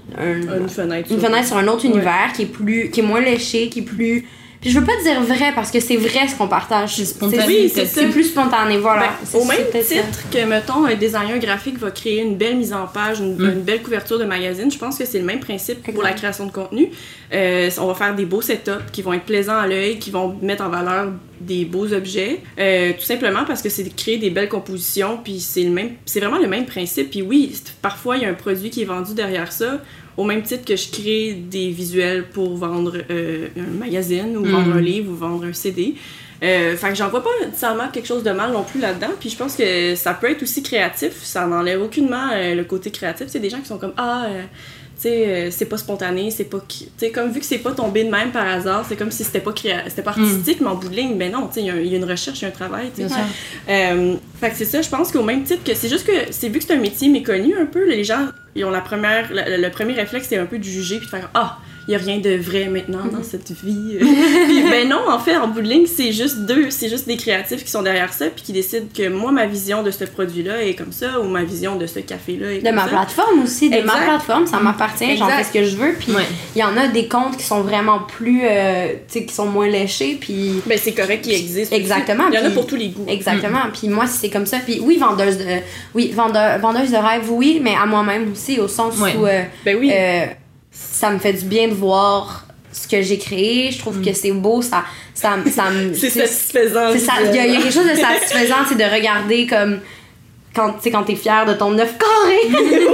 un une fenêtre, une sur, fenêtre sur un autre ouais. univers qui est plus, qui est moins léché, qui est plus. Puis je veux pas dire vrai parce que c'est vrai ce qu'on partage. C'est spontané. C'est, oui, c'est, c'est plus spontané, voilà. Ben, c'est, au même c'est titre ça. que, mettons, un designer graphique va créer une belle mise en page, une, mm. une belle couverture de magazine, je pense que c'est le même principe exact. Pour la création de contenu. Euh, on va faire des beaux setups qui vont être plaisants à l'œil, qui vont mettre en valeur des beaux objets, euh, tout simplement parce que c'est de créer des belles compositions, puis c'est, le même, c'est vraiment le même principe. Puis oui, parfois, il y a un produit qui est vendu derrière ça, au même titre que je crée des visuels pour vendre euh, un magazine ou mm. vendre un livre ou vendre un C D. Euh, fait que j'en vois pas nécessairement quelque chose de mal non plus là-dedans. Puis je pense que ça peut être aussi créatif. Ça n'enlève aucunement euh, le côté créatif. C'est des gens qui sont comme « Ah, euh, tu sais, euh, c'est pas spontané, c'est pas... » Tu sais, comme vu que c'est pas tombé de même par hasard, c'est comme si c'était pas, créa... c'était pas artistique, mm. mais en bout de ligne, ben non, tu sais, il y, y a une recherche, il y a un travail, tu sais. Euh, fait que c'est ça, je pense qu'au même titre que... C'est juste que, c'est vu que c'est un métier méconnu un peu, les gens... Ils ont la première, le, le premier réflexe, c'est un peu de juger puis de faire « Ah, il y a rien de vrai maintenant dans cette vie. Puis, ben non, en fait, en bout de ligne, c'est juste deux, c'est juste des créatifs qui sont derrière ça puis qui décident que moi, ma vision de ce produit-là est comme ça ou ma vision de ce café-là est de comme ma ça. plateforme aussi, de Exact. ma plateforme, ça m'appartient, j'en Exact. fais ce que je veux, puis il Ouais. y en a des comptes qui sont vraiment plus, euh, tu sais, qui sont moins léchés, puis... Ben c'est correct qu'il existe. Exactement. Aussi. Il y en a puis- pour tous les goûts. Exactement, puis moi, si c'est comme ça, puis oui, vendeuse de... Oui, vendeur, vendeuse de rêve, oui, mais à moi-même aussi, au sens Ouais. où... euh, Ben oui. euh, ça me fait du bien de voir ce que j'ai créé, je trouve que c'est beau, ça, ça, ça me... c'est tu sais, satisfaisant. c'est ça, il y, a- il y a quelque chose de satisfaisant, c'est de regarder comme quand tu sais quand t'es fier de ton œuf carré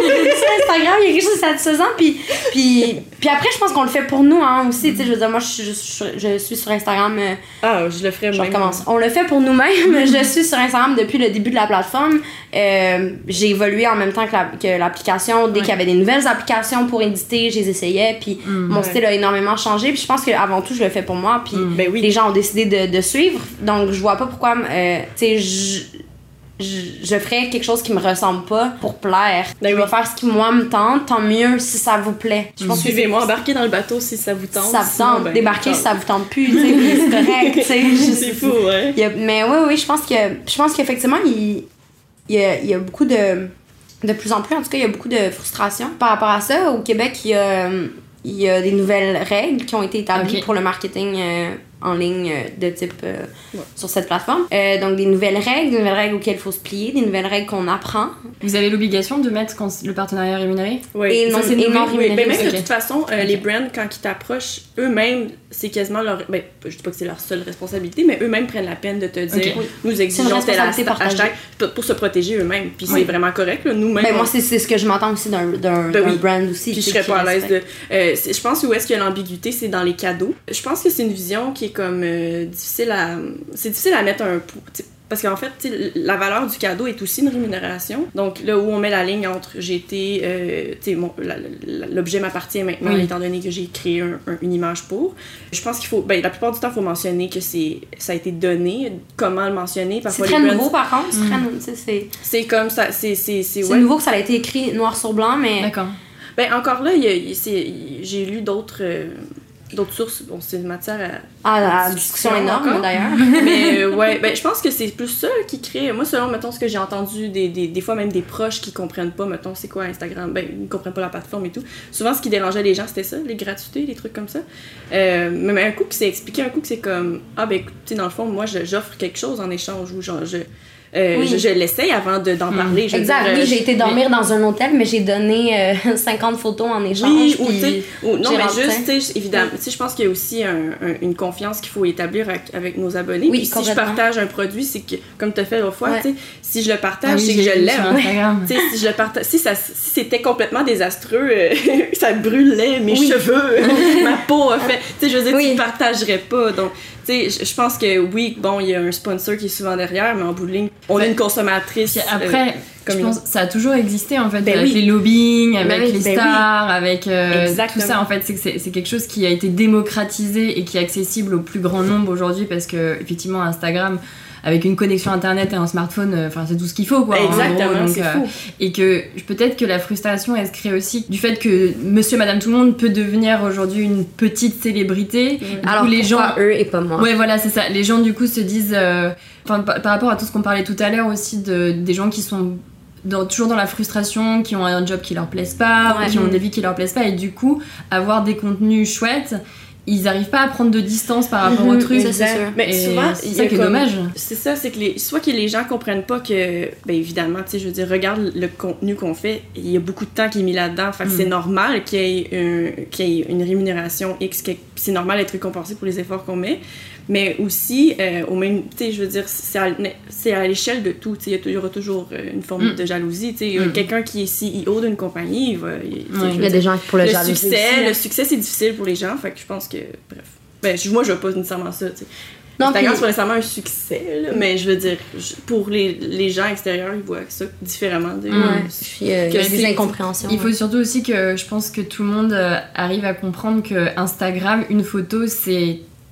sur Instagram, il y a quelque chose de satisfaisant, puis puis puis après je pense qu'on le fait pour nous hein aussi, tu sais, je veux dire moi je suis je, je suis sur Instagram, euh, Ah, je le ferais je même. recommence. On le fait pour nous-mêmes. Je suis sur Instagram depuis le début de la plateforme. Euh, j'ai évolué en même temps que, la- que l'application. Dès Ouais. qu'il y avait des nouvelles applications pour éditer, je les essayais. Puis mon Ouais. style a énormément changé. Puis je pense qu'avant tout, je le fais pour moi. Puis Ben oui. les gens ont décidé de, de suivre. Donc je vois pas pourquoi. Euh, tu sais, je. Je, je ferais quelque chose qui me ressemble pas pour plaire. Ben je oui. vais faire ce qui moi me tente, tant mieux si ça vous plaît. Je pense que Suivez-moi, embarquez dans le bateau si ça vous tente. si ça vous sinon, tente, ben, débarquer ah. si ça vous tente plus, tu sais, puis c'est correct, tu sais. C'est fou, ouais. Il y a- mais oui, oui, je pense que je pense qu'effectivement, il, il, y a, il y a beaucoup de. De plus en plus, en tout cas, il y a beaucoup de frustration par rapport à ça. Au Québec, il y a, il y a des nouvelles règles qui ont été établies Ok. pour le marketing euh, en ligne euh, de type euh, Ouais. sur cette plateforme. Euh, donc, des nouvelles règles, des nouvelles règles auxquelles il faut se plier, des nouvelles règles qu'on apprend. Vous avez l'obligation de mettre quand le partenariat est rémunéré? Oui. Et non, ça, c'est et nouveau, non Oui, rémunéré ben même aussi. de Ok. toute façon, euh, Ok. les brands, quand ils t'approchent, eux-mêmes, c'est quasiment leur. Ben, je dis pas que c'est leur seule responsabilité, mais eux-mêmes prennent la peine de te dire Ok. nous C'est une exigeons tel responsabilité hashtag partagée. pour, pour se protéger eux-mêmes. Puis Oui. c'est vraiment correct, là. Nous-mêmes. Ben, on- moi, c'est c'est ce que je m'entends aussi d'un d'un Ben d'un oui. brand aussi. Puis je tu sais, serais qui pas à l'aise respecte. de. euh, c'est- je pense que où est-ce qu'il y a l'ambiguïté, c'est dans les cadeaux. Je pense que c'est une vision qui est comme euh, difficile à. C'est difficile à mettre un. pou- t'sais, parce qu'en fait, t'sais, la valeur du cadeau est aussi une rémunération. Donc là où on met la ligne entre j'ai été. Euh, t'sais, mon- la- la- l'objet m'appartient maintenant, Oui. étant donné que j'ai créé un- un- une image pour. Je pense qu'il faut. Ben, la plupart du temps, il faut mentionner que c'est, ça a été donné. Comment le mentionner? C'est Parfois, très les brands- nouveau par contre. C'est Mm. très nou- tu sais, c'est- C'est comme ça. C'est, c'est, c'est, c'est ouais. nouveau que ça a été écrit noir sur blanc, mais. D'accord. Ben, encore là, il y a- il- c'est- j'ai lu d'autres. euh, d'autres sources. Bon, c'est une matière à. Ah, la Une discussion discussion énorme encore. d'ailleurs. Mais euh, ouais, ben je pense que c'est plus ça qui crée. Moi, selon, mettons, ce que j'ai entendu, des, des, des fois même des proches qui comprennent pas, mettons, c'est quoi Instagram, ben ils ne comprennent pas la plateforme et tout. Souvent, ce qui dérangeait les gens, c'était ça, les gratuités, les trucs comme ça. Euh, mais, mais un coup qui s'est expliqué, un coup que c'est comme, ah ben écoute, tu sais, dans le fond, moi, je- j'offre quelque chose en échange ou genre, je. euh, Oui. je, je l'essaye avant de, d'en Mm. parler. Je veux Exact, dire, oui, euh, j'ai été dormir dans un hôtel, mais j'ai donné euh, cinquante photos en échange. Oui, ou puis tu sais, ou- non, j'ai mais rentré. juste, tu sais, évidemment, tu sais, je pense qu'il y a aussi un- un- une confiance qu'il faut établir avec, avec nos abonnés. Oui, Puis si je complètement. partage un produit, c'est que, comme tu as fait l'autre fois, Ouais. tu sais, si je le partage, Ah oui, c'est que j'ai je vu l'aime. sur Instagram. Tu sais, si je le partage, si, ça, si c'était complètement désastreux, euh, ça brûlait mes Oui. cheveux, ma peau a fait. Tu sais, je veux dire, Oui. tu ne partagerais pas. Donc, tu sais, je je pense que oui, bon, il y a un sponsor qui est souvent derrière, mais en bout de ligne, on est Ouais. une consommatrice. Puis euh, après, comme je une- pense que ça a toujours existé en fait, Ben avec oui. les lobbying, avec oui, les ben oui. stars, avec euh, tout Exactement. ça en fait, c'est que c'est c'est quelque chose qui a été démocratisé et qui est accessible au plus grand nombre aujourd'hui parce que effectivement Instagram avec une connexion internet et un smartphone, euh, enfin c'est tout ce qu'il faut quoi. en Exactement, gros, donc, c'est euh, fou. et que peut-être que la frustration elle se crée aussi du fait que Monsieur, Madame, tout le monde peut devenir aujourd'hui une petite célébrité. Du coup, Alors, les gens pourquoi eux et pas moi? Ouais, voilà, c'est ça. Les gens, du coup, se disent. euh, Enfin, par, par rapport à tout ce qu'on parlait tout à l'heure aussi, de, des gens qui sont dans- toujours dans la frustration, qui ont un job qui leur plaise pas, Ouais. ou qui ont des vies qui leur plaisent pas, et du coup, avoir des contenus chouettes, ils arrivent pas à prendre de distance par rapport au Mhm, truc. ça, c'est sûr. Mais Et souvent, c'est il y ça a qui est comme- dommage. C'est ça, c'est que les, soit que les gens comprennent pas que, ben évidemment, tu sais, je veux dire, regarde le contenu qu'on fait, il y a beaucoup de temps qui est mis là-dedans, fait que Mm. c'est normal qu'il y ait, un- qu'il y ait une rémunération X, que- c'est normal d'être récompensé pour les efforts qu'on met, mais aussi, euh, au même, tu sais, je veux dire, c'est à, c'est à l'échelle de tout, tu sais, il y a tou- il y aura toujours euh, une forme Mm. de jalousie, tu sais, Mm. quelqu'un qui est C E O d'une compagnie, il va, il, tu sais, Ouais. je Il veux y a dire, des gens qui pour le le jalouser succès, aussi, le hein. succès, c'est difficile pour les gens, fait que je pense que, bref. Ben, je- moi, je veux pas nécessairement ça, tu sais. Non, Instagram, puis- c'est pas nécessairement un succès, là, mais je veux dire, je- pour les, les gens extérieurs, ils voient ça différemment. De, Ouais, puis euh, il y a que des c'est- incompréhensions. Il faut ouais. surtout aussi que je pense que tout le monde euh, arrive à comprendre que Instagram, une photo, c'est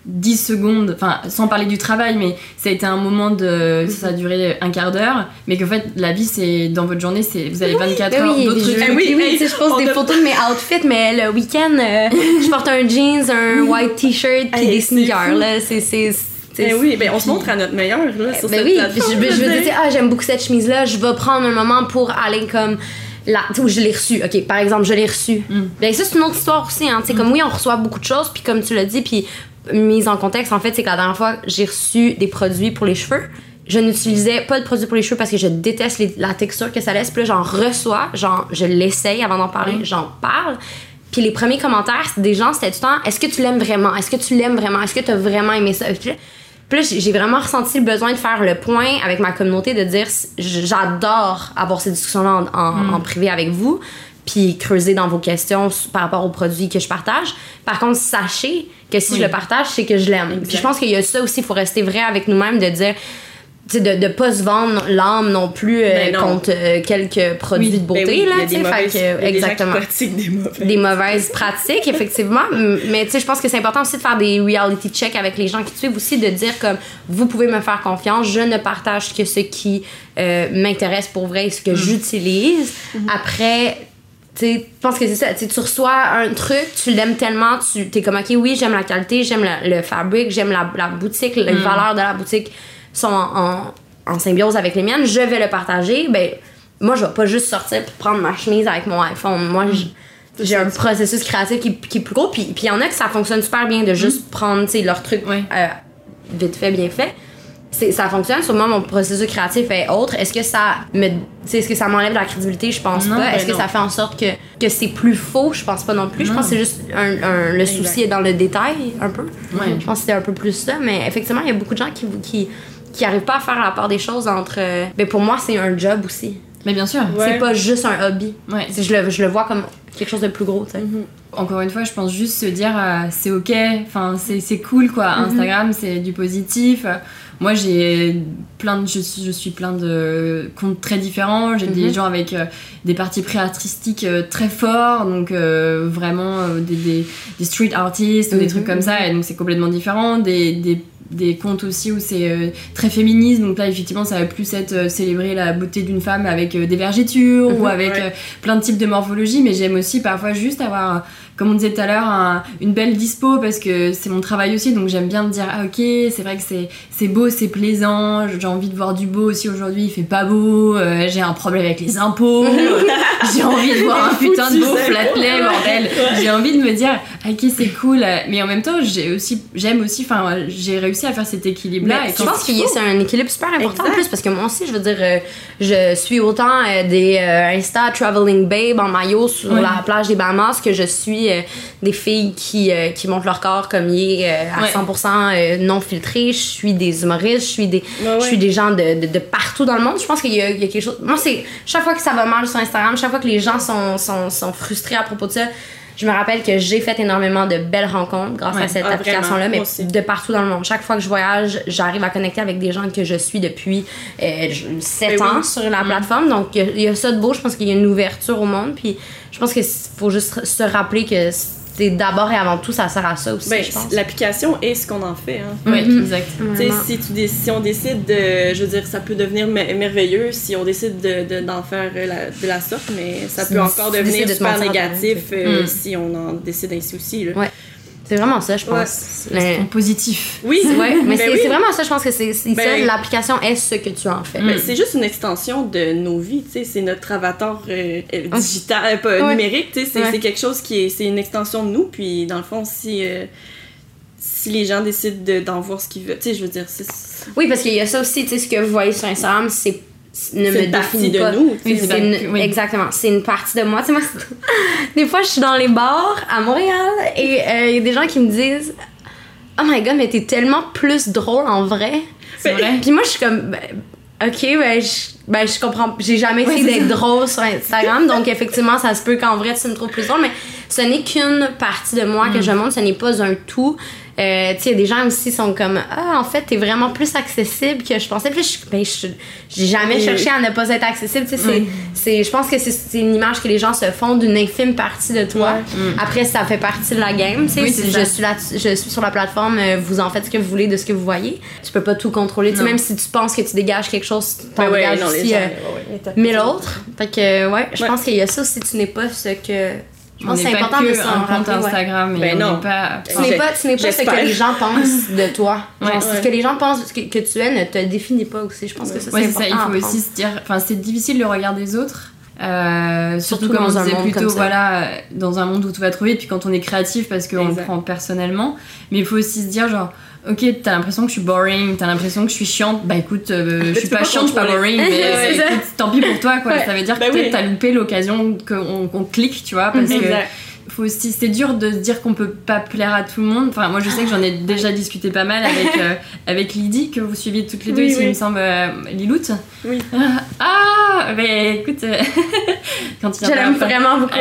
dix secondes, enfin sans parler du travail, mais ça a été un moment de, ça a duré un quart d'heure, mais qu'en fait la vie c'est dans votre journée, c'est vous avez vingt-quatre oui, heures oui, d'autres trucs. Eh oui, oui, tu sais, je pose des a... photos de mes outfits, mais le week-end, euh, je porte un jeans, un white t-shirt, puis hey, des sneakers là, c'est c'est Eh oui, ben on se montre à notre meilleur là sur ben cette oui, plateforme. je, je, je veux dire, ah j'aime beaucoup cette chemise là, je vais prendre un moment pour aller comme là, tu sais, où je l'ai reçu. Ok, par exemple, je l'ai reçu. Mm. Ben ça c'est une autre histoire aussi, hein. Tu sais, mm. comme oui, on reçoit beaucoup de choses, puis comme tu l'as dit, puis mise en contexte, en fait, c'est que la dernière fois j'ai reçu des produits pour les cheveux. Je n'utilisais pas de produits pour les cheveux parce que je déteste les, la texture que ça laisse. Puis là, j'en reçois, genre, je l'essaye avant d'en parler, mm. j'en parle. Puis les premiers commentaires des gens, c'était tout le temps, est-ce que tu l'aimes vraiment? Est-ce que tu l'aimes vraiment? Est-ce que tu as vraiment aimé ça? Puis là, j'ai vraiment ressenti le besoin de faire le point avec ma communauté, de dire, j'adore avoir ces discussions-là en, en, mm. en privé avec vous, puis creuser dans vos questions par rapport aux produits que je partage. Par contre, sachez que si oui. je le partage, c'est que je l'aime. Puis je pense qu'il y a ça aussi, il faut rester vrai avec nous-mêmes, de dire, tu sais, de ne pas se vendre l'âme non plus euh, non. contre euh, quelques produits oui, de beauté. Ben oui, là, il y a des mauvaises, que, exactement. Des, des, mauvaises. des mauvaises pratiques, effectivement. Mais tu sais, je pense que c'est important aussi de faire des reality checks avec les gens qui te suivent aussi, de dire comme, vous pouvez me faire confiance, je ne partage que ce qui euh, m'intéresse pour vrai et ce que mm. j'utilise. Mm-hmm. Après... Tu sais, je pense que c'est ça. T'sais, tu reçois un truc, tu l'aimes tellement, tu t'es comme, OK, oui, j'aime la qualité, j'aime la, le fabric, j'aime la, la boutique, les mm. valeurs de la boutique sont en, en, en symbiose avec les miennes, je vais le partager. Ben, moi, je vais pas juste sortir pour prendre ma chemise avec mon iPhone. Moi, mm. j'ai un processus créatif qui, qui est plus gros. Puis il y en a que ça fonctionne super bien de juste mm. prendre, tu sais, leur truc oui. euh, vite fait, bien fait. C'est, ça fonctionne, sûrement mon processus créatif est autre. Est-ce que ça me, est-ce que ça m'enlève de la crédibilité? Je pense non, pas. Est-ce que non. ça fait en sorte que, que c'est plus faux? Je pense pas non plus. Non. Je pense que c'est juste un, un, le exact. Souci est dans le détail un peu. Ouais. Je pense que c'était un peu plus ça, mais effectivement, il y a beaucoup de gens qui qui qui arrivent pas à faire la part des choses entre. Mais pour moi, c'est un job aussi. Mais bien sûr. Ouais. C'est pas juste un hobby. Ouais. Je le, je le vois comme quelque chose de plus gros, tu sais. Mm-hmm. Encore une fois, je pense juste se dire euh, c'est ok, enfin c'est, c'est cool quoi. Mm-hmm. Instagram, c'est du positif. Moi, j'ai plein de, je, suis, je suis plein de comptes très différents. J'ai mm-hmm. des gens avec euh, des partis pris artistiques euh, très forts, donc euh, vraiment euh, des, des, des street artists ou mm-hmm. des trucs comme ça, et donc c'est complètement différent. Des, des, des comptes aussi où c'est euh, très féministe, donc là, effectivement, ça va plus être euh, célébrer la beauté d'une femme avec euh, des vergetures mm-hmm. ou avec ouais. euh, plein de types de morphologie, mais j'aime aussi parfois juste avoir... Comme on disait tout à l'heure, un, une belle dispo parce que c'est mon travail aussi, donc j'aime bien me dire ah ok, c'est vrai que c'est, c'est beau, c'est plaisant, j'ai envie de voir du beau aussi aujourd'hui, il fait pas beau, euh, j'ai un problème avec les impôts, j'ai envie de voir un putain de beau flat-lay, bordel, j'ai envie de me dire ok c'est cool, mais en même temps j'ai aussi, j'aime aussi, enfin j'ai réussi à faire cet équilibre-là. Et je pense que c'est un équilibre super important exact. En plus parce que moi aussi je veux dire, euh, je suis autant euh, des euh, Insta Traveling Babe en maillot sur ouais. la plage des Bahamas que je suis Euh, des filles qui, euh, qui montrent leur corps comme il est euh, à ouais. cent pour cent euh, non filtré. Je suis des humoristes, je suis des, ouais, ouais. je suis des gens de, de, de partout dans le monde. Je pense qu'il y a, il y a quelque chose... Moi, c'est chaque fois que ça va mal sur Instagram, chaque fois que les gens sont, sont, sont frustrés à propos de ça, je me rappelle que j'ai fait énormément de belles rencontres grâce ouais. à cette ah, application-là, mais de partout dans le monde. Chaque fois que je voyage, j'arrive à connecter avec des gens que je suis depuis euh, sept ben ans oui. sur la mmh. plateforme. Donc, il y a ça de beau. Je pense qu'il y a une ouverture au monde. Puis, je pense qu'il faut juste se rappeler que c'est d'abord et avant tout, ça sert à ça aussi, ben, je pense. L'application est ce qu'on en fait. Hein. Oui, mmh. exact. Si, tu, si on décide de... Je veux dire, ça peut devenir merveilleux si on décide de, de, d'en faire la, de la sorte, mais ça peut encore devenir de super négatif euh, mmh. si on en décide ainsi aussi. Là. Ouais. C'est vraiment ça, je pense. Ouais. C'est positif. Oui, ouais, mais ben c'est, oui. c'est vraiment ça, je pense que c'est, c'est ben, ça, l'application est ce que tu en fais. Ben, c'est juste une extension de nos vies, tu sais, c'est notre avatar euh, digital, pas ouais. numérique, tu sais, c'est, ouais. c'est quelque chose qui est, c'est une extension de nous, puis dans le fond, si, euh, si les gens décident de, d'en voir ce qu'ils veulent, tu sais, je veux dire, c'est... Oui, parce qu'il y a ça aussi, tu sais, ce que vous voyez sur Instagram, c'est ne c'est me définit de pas. Nous, oui, c'est c'est une, oui. Exactement, c'est une partie de moi. Tu sais, moi, des fois, je suis dans les bars à Montréal et il euh, y a des gens qui me disent oh my god, mais t'es tellement plus drôle en vrai. C'est vrai. Puis moi, je suis comme ben, ok, ben je, ben je comprends. J'ai jamais essayé oui, d'être ça. drôle sur Instagram, donc effectivement, ça se peut qu'en vrai, tu me trouves plus drôle, mais ce n'est qu'une partie de moi mm. que je montre, ce n'est pas un tout. Euh, tu sais, des gens aussi sont comme ah, en fait, t'es vraiment plus accessible que je pensais. Puis je, ben, je, j'ai jamais Et... cherché à ne pas être accessible. Tu sais, c'est, mm. c'est, je pense que c'est, c'est une image que les gens se font d'une infime partie de toi. Ouais. Mm. Après, ça fait partie de la game. Tu sais, oui, si je suis là, je suis sur la plateforme, vous en faites ce que vous voulez de ce que vous voyez. Tu peux pas tout contrôler. Tu sais, même si tu penses que tu dégages quelque chose, t'en ouais, dégages ouais, non, aussi gens, euh, ouais, ouais, mille autres. Fait que ouais, je ouais. pense qu'il y a ça aussi. Tu n'es pas ce que je pense on que c'est important pas de que s'en un compte rappeler, Instagram, ouais. mais ben on non. n'est pas. Tu n'es pas, tu n'es pas ce que les gens pensent de toi. Genre, Ouais. ce que les gens pensent que, que tu es ne te définit pas aussi. Je pense ouais. que ça, c'est Ouais, c'est important. ça, il faut à apprendre. aussi se dire. Enfin, c'est difficile le regard des autres. Euh, surtout, Surtout comme dans on un disait monde plus comme tôt, ça. voilà, dans un monde où tout va trop vite, puis quand on est créatif parce qu'on le Exact. prend personnellement. Mais il faut aussi se dire, genre, ok, t'as l'impression que je suis boring, t'as l'impression que je suis chiante, bah écoute, euh, je suis peux pas pas chiante, je suis pas contrôler. boring, mais Ouais, euh, c'est ça. écoute, tant pis pour toi, quoi. Ouais. Ça veut dire Bah que peut-être oui. t'as loupé l'occasion qu'on qu'on clique, tu vois, parce que. Exact. Faut aussi, c'est dur de se dire qu'on peut pas plaire à tout le monde. Enfin, moi je sais que j'en ai déjà discuté pas mal avec, euh, avec Lydie, que vous suivez toutes les deux Oui, ici, oui. il me semble, euh, Liloute. Oui. Ah, mais écoute, euh, quand il Je l'aime vraiment beaucoup.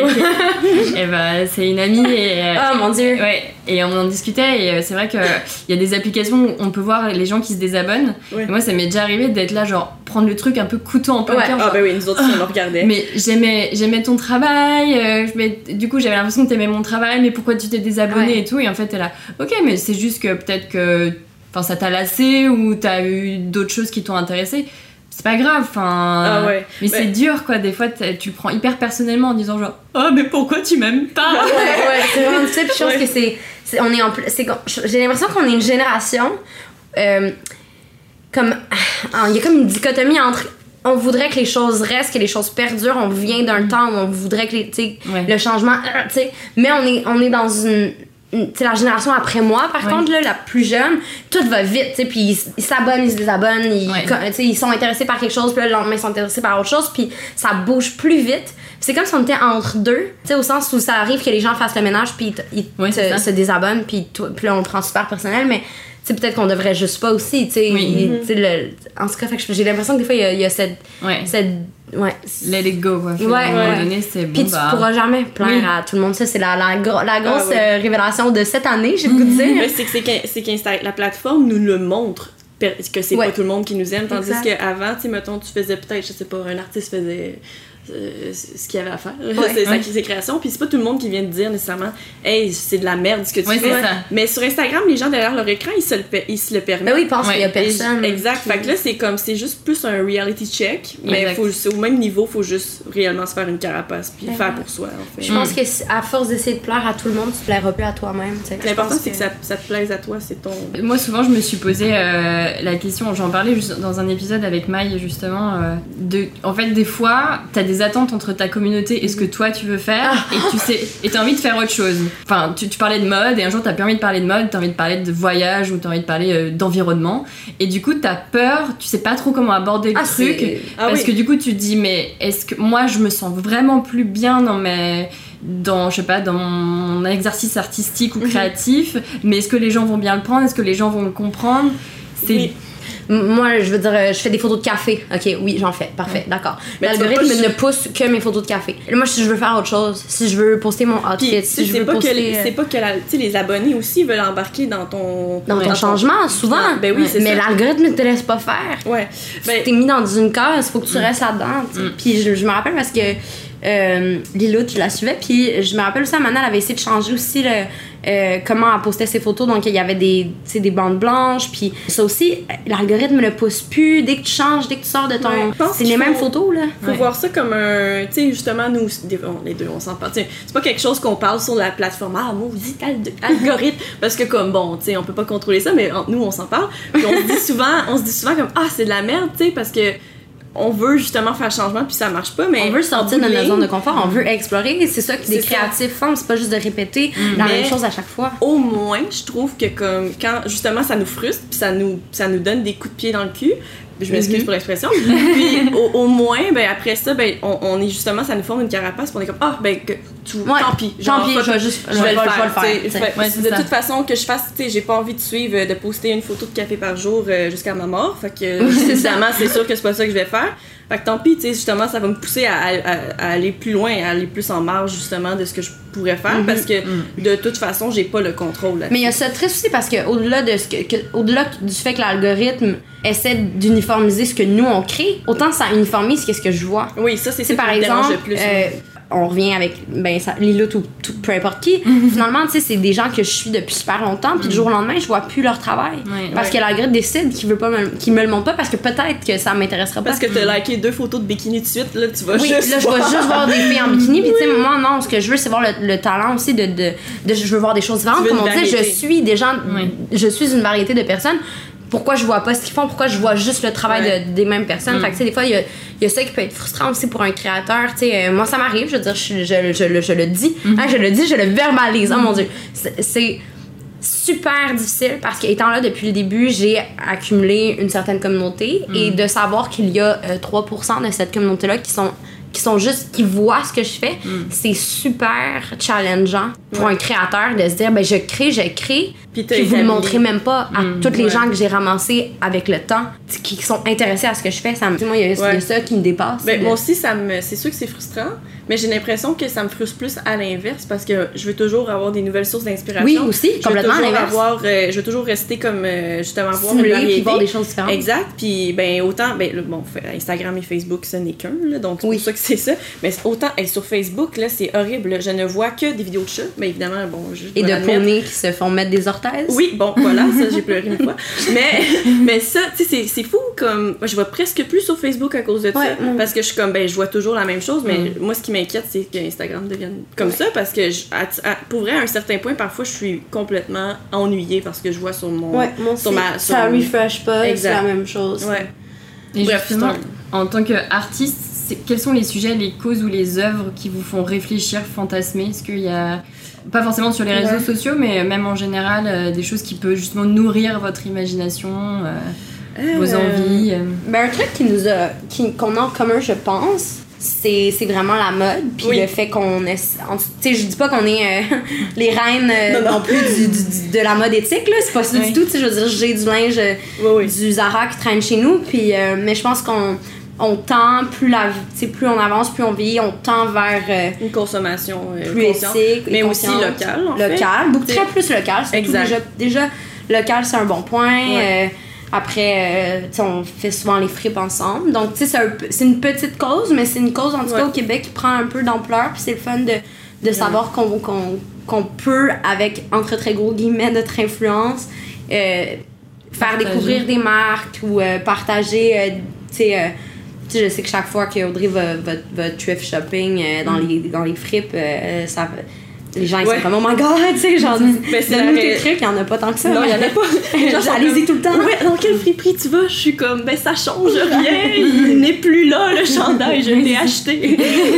et bah, c'est une amie et. euh, Oh mon dieu. Ouais, et on en discutait et euh, c'est vrai qu'il y a des applications où on peut voir les gens qui se désabonnent. Ouais. Et moi ça m'est déjà arrivé d'être là, genre prendre le truc un peu couteau en plein Ouais. cœur. Ah genre, ben oui, nous autres, on le regardait. mais j'aimais, j'aimais ton travail, euh, je mets- du coup j'avais l'impression que t'aimais mon travail, mais pourquoi tu t'es désabonné Ouais. et tout, et en fait t'es là, ok, mais c'est juste que peut-être que enfin, ça t'a lassé ou t'as eu d'autres choses qui t'ont intéressé, c'est pas grave, enfin. Ah ouais. Mais Ouais. c'est dur quoi, des fois t'as- tu le prends hyper personnellement en disant genre, oh mais pourquoi tu m'aimes pas? Ouais, ouais, c'est vraiment ça. Puis je pense Ouais. que c'est, c'est- on est en, pl- c'est, qu'on- j'ai l'impression qu'on est une génération euh, comme, ah, il y a comme une dichotomie entre on voudrait que les choses restent, que les choses perdurent, on vient d'un temps où on voudrait que les, tu sais, Ouais. le changement, euh, tu sais, mais on est, on est dans une tu sais, la génération après moi, par Ouais. contre, là, la plus jeune, tout va vite, tu sais, puis ils, ils s'abonnent, ils se désabonnent, ils, Ouais. co- tu sais, ils sont intéressés par quelque chose, puis là, le lendemain, ils sont intéressés par autre chose, puis ça bouge plus vite. Puis c'est comme si on était entre deux, tu sais, au sens où ça arrive que les gens fassent le ménage, puis ils, te- ils Ouais, c'est te- ça. se désabonnent, puis toi- puis là, on le prend super personnel, mais tu sais, peut-être qu'on devrait juste pas aussi, tu sais. Oui. il- tu sais, le- En tout cas, fait que j'ai l'impression que des fois, il y a, il y a cette, Ouais. cette. Ouais. Let it go quoi. Ouais, à un moment ouais. donné c'est bon. Puis tu bah, pourras jamais plaire Oui. à tout le monde. Ça, c'est la, la, gro- la grosse Ah ouais. euh, révélation de cette année, j'ai le goût de dire. Mais c'est que c'est qu'In- c'est qu'Insta- la plateforme nous le montre per- que c'est Ouais. pas tout le monde qui nous aime, tandis Exact. qu'avant, tu sais, mettons, tu faisais peut-être, je sais pas, un artiste faisait euh, ce qu'il y avait à faire, Ouais. c'est Ouais. sa- ses créations, puis c'est pas tout le monde qui vient te dire nécessairement « Hey, c'est de la merde ce que tu Ouais, fais c'est ça. ». Mais sur Instagram, les gens derrière leur écran, ils se le, pe- ils se le permettent. Ben oui, ils pensent Ouais. qu'il y a Et personne. j- Exact. qui- Fait que là, c'est comme, c'est juste plus un reality check, mais Exact. faut, c'est au même niveau, faut juste réellement se faire une carapace puis Ben faire ouais. pour soi, en fait. Je pense que si- à force d'essayer de plaire à tout le monde, tu plairas plus à toi-même. tu sais. Je L'important, pense c'est que ça, ça te plaise à toi, c'est ton... Moi, souvent, je me suis posé euh, la question, j'en parlais juste dans un épisode avec Maï, justement. euh, de, en fait, des fois, t'as des attentes entre ta communauté et ce que toi tu veux faire, et tu sais, et t'as envie de faire autre chose. Enfin, tu, tu parlais de mode, et un jour, t'as plus envie de parler de mode, t'as envie de parler de voyage, ou t'as envie de parler euh, d'environnement, et du coup, t'as peur, tu sais pas trop comment aborder le Ah, truc, c'est- Ah parce oui. que du coup, tu te dis, mais est-ce que moi, je me sens vraiment plus bien dans mes. Dans, je sais pas, dans mon exercice artistique ou Mhm. créatif, mais est-ce que les gens vont bien le prendre? Est-ce que les gens vont le comprendre? C'est Oui. M- Moi, je veux dire, euh, je fais des photos de café. Ok, oui, j'en fais. Parfait, d'accord. Mais tu L'algorithme vas pas- ne pousse que mes photos de café. Et moi, si je veux faire autre chose, si je veux poster mon Puis, outfit, tu sais, si je c'est veux pas, que poster les- euh, c'est pas que la- tu sais, les abonnés aussi veulent embarquer dans ton... dans ton changement, souvent. Ben oui, c'est Mais ça. l'algorithme ne te laisse pas faire. Ouais. Ben, T'es mis dans une case, faut que tu restes là-dedans. tu sais. Puis je, je me rappelle parce que euh, Lilo, je la suivais, puis je me rappelle aussi à Manal, elle avait essayé de changer aussi le, euh, comment elle postait ses photos. Donc il y avait des, tu sais, des bandes blanches, puis ça aussi, l'algorithme ne le pousse plus. Dès que tu changes, dès que tu sors de ton. Ouais, je pense c'est qu'il les mêmes faut- photos, là. faut Ouais. voir ça comme un... Tu sais, justement, nous, des- on- les deux, on s'en parle. Tu sais, c'est pas quelque chose qu'on parle sur la plateforme. Ah, maudit al- algorithme. Parce que comme, bon, tu sais, on peut pas contrôler ça, mais entre nous, on s'en parle. Puis on se dit souvent, on se dit souvent comme, ah, c'est de la merde, tu sais, parce que on veut justement faire changement, puis ça marche pas, mais... On veut sortir en de bout notre ligne, zone de confort, on veut explorer. C'est ça que C'est les ça. créatifs font, c'est pas juste de répéter la Mais- même chose à chaque fois. Au moins, je trouve que comme quand justement ça nous frustre, puis ça nous, ça nous donne des coups de pied dans le cul, je m'excuse Mhm. pour l'expression, puis au, au moins, ben après ça, ben on, on est justement, ça nous forme une carapace, puis on est comme, ah, ben que, tu, Ouais, tant pis. tant genre, pis, fuck je vais it, juste- je vais le faire. je vais le faire, t'sais, t'sais. fait- Ouais, c'est de ça. toute façon, que je fasse, tu sais, j'ai pas envie de suivre, euh, de poster une photo de café par jour euh, jusqu'à ma mort, fait que évidemment, c'est sûr que c'est pas ça que je vais faire. Fait que tant pis, tu sais, justement, ça va me pousser à, à- à aller plus loin, à aller plus en marge, justement, de ce que je pourrais faire mm-hmm. parce que mm. de toute façon, j'ai pas le contrôle là-dessus. Mais il y a ça triste aussi parce que au-delà de ce que, que au-delà du fait que l'algorithme essaie d'uniformiser ce que nous on crée, autant ça uniformise qu'est-ce que je vois. Oui, ça c'est ça par qui me exemple, dérange le plus. Euh, on revient avec ben ça, Lila ou peu importe qui. Mm-hmm. Finalement, tu sais, c'est des gens que je suis depuis super longtemps, puis mm-hmm. du jour au lendemain, je vois plus leur travail. Ouais, parce ouais. que l'algorithme décide qu'il veut pas me, qu'il me le montre pas parce que peut-être que ça m'intéressera pas. Parce que t'as liké deux photos de bikini de suite, là, tu vas oui, juste. Oui, là, je vais juste voir des filles en bikini, puis tu sais, moi, non, ce que je veux, c'est voir le, le talent aussi de, de, de. Je veux voir des choses différentes. Comme on dit, je suis des gens. Oui. Je suis une variété de personnes. Pourquoi je vois pas ce qu'ils font, pourquoi je vois juste le travail ouais. de, des mêmes personnes. Mm. Fait que, tu sais, des fois, il y a, y a ça qui peut être frustrant aussi pour un créateur. Tu sais, euh, moi, ça m'arrive, je veux dire, je, je, je, je, je le dis, mm. hein, je le dis, je le verbalise. Mm. Oh mon Dieu. C'est, c'est super difficile parce qu'étant là depuis le début, j'ai accumulé une certaine communauté mm. et de savoir qu'il y a euh, trois pour cent de cette communauté-là qui sont qui sont juste, qui voient ce que je fais, mm. c'est super challengeant pour ouais. un créateur de se dire, ben je crée, je crée, puis, puis vous le montrez même pas à mm. toutes les ouais. gens que j'ai ramassés avec le temps, qui sont intéressés à ce que je fais. Ça me, moi, il y, ouais. y a ça qui me dépasse. Ben, moi aussi, ça me, c'est sûr que c'est frustrant, mais j'ai l'impression que ça me frustre plus à l'inverse parce que je veux toujours avoir des nouvelles sources d'inspiration. Oui, aussi, je complètement à l'inverse. Avoir, euh, je veux toujours rester comme, euh, justement, voir une variété. Puis voir des choses différentes. Exact, puis ben autant, ben bon, Instagram et Facebook, ce n'est qu'un, là, donc c'est oui. pour ça que c'est ça. Mais autant, hey, sur Facebook, là, c'est horrible. Je ne vois que des vidéos de chats, mais évidemment, bon, je et de poneys qui se font mettre des orthèses. Oui, bon, voilà, ça, j'ai pleuré une fois. Mais, mais ça, tu sais, c'est, c'est fou, comme, moi, je vois presque plus sur Facebook à cause de ouais, ça, mm. parce que je suis comme, ben, je vois toujours la même chose, mais mm. moi, ce qui m'inquiète, c'est qu'Instagram devienne comme ouais. ça, parce que, je, à, à, pour vrai, à un certain point, parfois, je suis complètement ennuyée parce que je vois sur mon... Ouais, mon sur ma, sur ça mon... refresh pas, exact. C'est la même chose. Ouais. Et bref, justement, en tant qu'artiste, quels sont les sujets, les causes ou les œuvres qui vous font réfléchir, fantasmer? Est-ce qu'il y a, pas forcément sur les réseaux ouais. sociaux, mais même en général, euh, des choses qui peuvent justement nourrir votre imagination, euh, euh, vos envies? Euh... Ben, un truc qui nous a, qui, qu'on a en commun, je pense, c'est, c'est vraiment la mode, puis oui. le fait qu'on est... Tu sais, je dis pas qu'on est euh, les reines euh, non, non. non plus du, du, du, de la mode éthique, là, c'est pas ça oui. du tout, tu sais, je veux dire, j'ai du linge oui, oui. du Zara qui traîne chez nous, puis euh, mais je pense qu'on on tend, plus, la, plus on avance, plus on vieillit, on tend vers euh, une consommation euh, plus éthique, mais aussi locale. En local, fait. beaucoup très plus local. Déjà, déjà, local, c'est un bon point. Ouais. Euh, après, euh, on fait souvent les fripes ensemble. Donc, tu sais, c'est, c'est une petite cause, mais c'est une cause, en tout ouais. cas, au Québec, qui prend un peu d'ampleur. Puis c'est le fun de, de ouais. savoir qu'on, qu'on, qu'on peut, avec, entre très gros guillemets, notre influence, euh, faire partager. découvrir des marques ou euh, partager, euh, tu sais... Euh, Tu sais, je sais que chaque fois qu'Audrey va, va, va thrift shopping euh, dans, mm. les, dans les fripes, euh, ça, les gens ils ouais. sont comme oh my god, tu sais, genre, donne-nous tes trucs, il n'y en a pas tant que ça. Non, il n'y en a pas. Allez-y tout le temps. Ouais, dans quel friperie tu vas? Je suis comme, ben ça change rien, il n'est plus là le chandail, je l'ai acheté.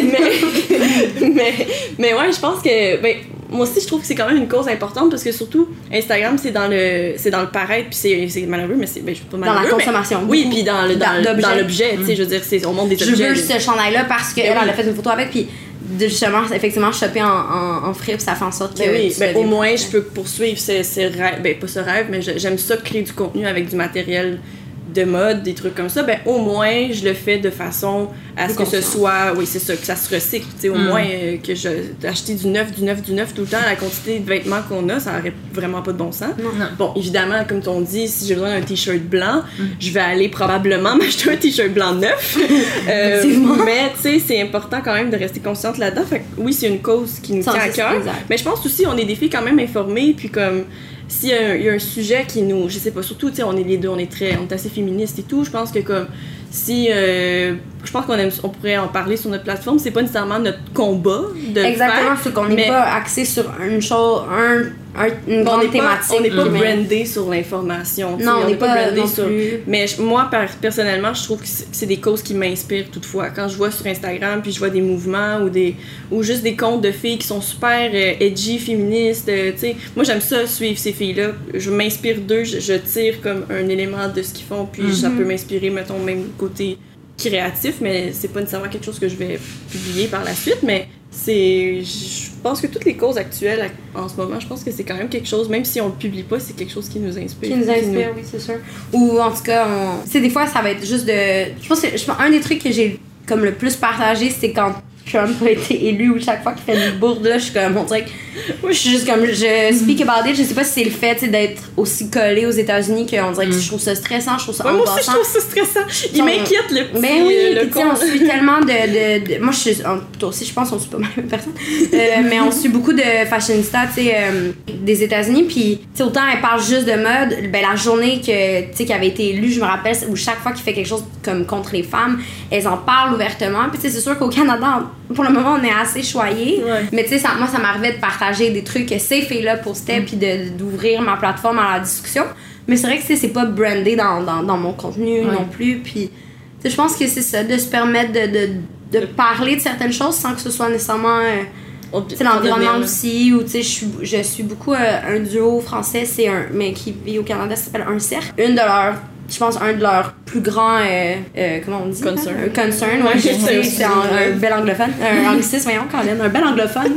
mais, mais, mais ouais, je pense que, ben, moi aussi, je trouve que c'est quand même une cause importante parce que surtout, Instagram, c'est dans le, c'est dans le paraître, puis c'est, c'est malheureux, mais c'est, ben, je suis pas malheureux. Dans la consommation. Mais, oui, puis dans, le, dans, dans, dans l'objet, tu sais, je veux dire, c'est, on montre des objets. Je veux ce chandail-là parce qu'elle oui. a fait une photo avec, puis justement, effectivement, shopper en, en, en fripe, ça fait en sorte que. Ben oui, ben, au moins, je peux poursuivre ces, ces rêves, ben pas ce rêve, mais j'aime ça créer du contenu avec du matériel de mode, des trucs comme ça, ben au moins je le fais de façon à ce que ce soit, oui c'est ça, que ça se recycle, tu sais, au mm. moins euh, que je acheter du neuf, du neuf, du neuf tout le temps, la quantité de vêtements qu'on a, ça aurait vraiment pas de bon sens. Non. Bon, évidemment, comme on dit, si j'ai besoin d'un t-shirt blanc, mm. je vais aller probablement m'acheter un t-shirt blanc neuf. euh, mais tu sais, c'est important quand même de rester consciente là-dedans. Fait que oui, c'est une cause qui nous tient à cœur. Mais je pense aussi on est des filles quand même informées, puis comme s'il y a, un, il y a un sujet qui nous, je sais pas, surtout, tu sais, on est les deux, on est très, on est assez féministes et tout, je pense que comme, si, euh, je pense qu'on aime, on pourrait en parler sur notre plateforme, c'est pas nécessairement notre combat de exactement, c'est qu'on n'est pas axé sur une chose, un, un, une grande thématique. On n'est pas brandé sur l'information. Non, on n'est pas, pas brandé sur... Plus. Mais moi, personnellement, je trouve que c'est, c'est des causes qui m'inspirent toutefois. Quand je vois sur Instagram, puis je vois des mouvements ou, des, ou juste des comptes de filles qui sont super euh, edgy, féministes, euh, tu sais, moi j'aime ça, suivre ces filles-là. Je m'inspire d'eux, je, je tire comme un élément de ce qu'ils font, puis mm-hmm. ça peut m'inspirer, mettons, même côté créatif, mais c'est pas nécessairement quelque chose que je vais publier par la suite, mais c'est, je pense que toutes les causes actuelles en ce moment, je pense que c'est quand même quelque chose, même si on le publie pas, c'est quelque chose qui nous inspire. Qui nous inspire, qui nous... oui, c'est sûr. Ou en tout cas, on... tu sais, des fois, ça va être juste de... Je pense que je pense, un des trucs que j'ai comme le plus partagé, c'est quand Trump a été élu ou chaque fois qu'il fait des bourdes, là, je suis comme, on dirait que je suis juste comme, je speak about it, je sais pas si c'est le fait, tu sais, d'être aussi collé aux États-Unis qu'on dirait que je trouve ça stressant, je trouve ça ouais, moi aussi, je angoissant. trouve ça stressant. Il m'inquiète, le petit. Ben oui, le pis tu sais, on suit tellement de, de, de. Moi, je suis. Toi aussi, je pense qu'on suit pas mal de personnes. Euh, mais on suit beaucoup de fashionistas, tu sais, euh, des États-Unis. Puis, tu sais, autant elle parle juste de mode, ben la journée que, tu sais, qui avait été élue, je me rappelle, où chaque fois qu'il fait quelque chose comme contre les femmes, elles en parlent ouvertement. Puis, tu sais, c'est sûr qu'au Canada, pour le moment, on est assez choyés. Ouais. Mais, tu sais, ça, moi, ça m'arrivait de partager des trucs que ces filles-là postaient, mm. puis de, d'ouvrir ma plateforme à la discussion. Mais c'est vrai que, tu sais, c'est pas brandé dans, dans, dans mon contenu ouais. non plus. Puis, tu sais, je pense que c'est ça, de se permettre de, de, de parler de certaines choses sans que ce soit nécessairement. Euh, tu sais, l'environnement aussi, ou tu sais, je suis, je suis beaucoup euh, un duo français, c'est un, mais qui vit au Canada, ça s'appelle Un Cercle. Une de leurs, je pense, un de leurs plus grands, euh, euh, comment on dit? Concern. Un concern, ouais, je sais, c'est un, un bel anglophone. Un anglicisme, voyons, Caroline, un bel anglophone.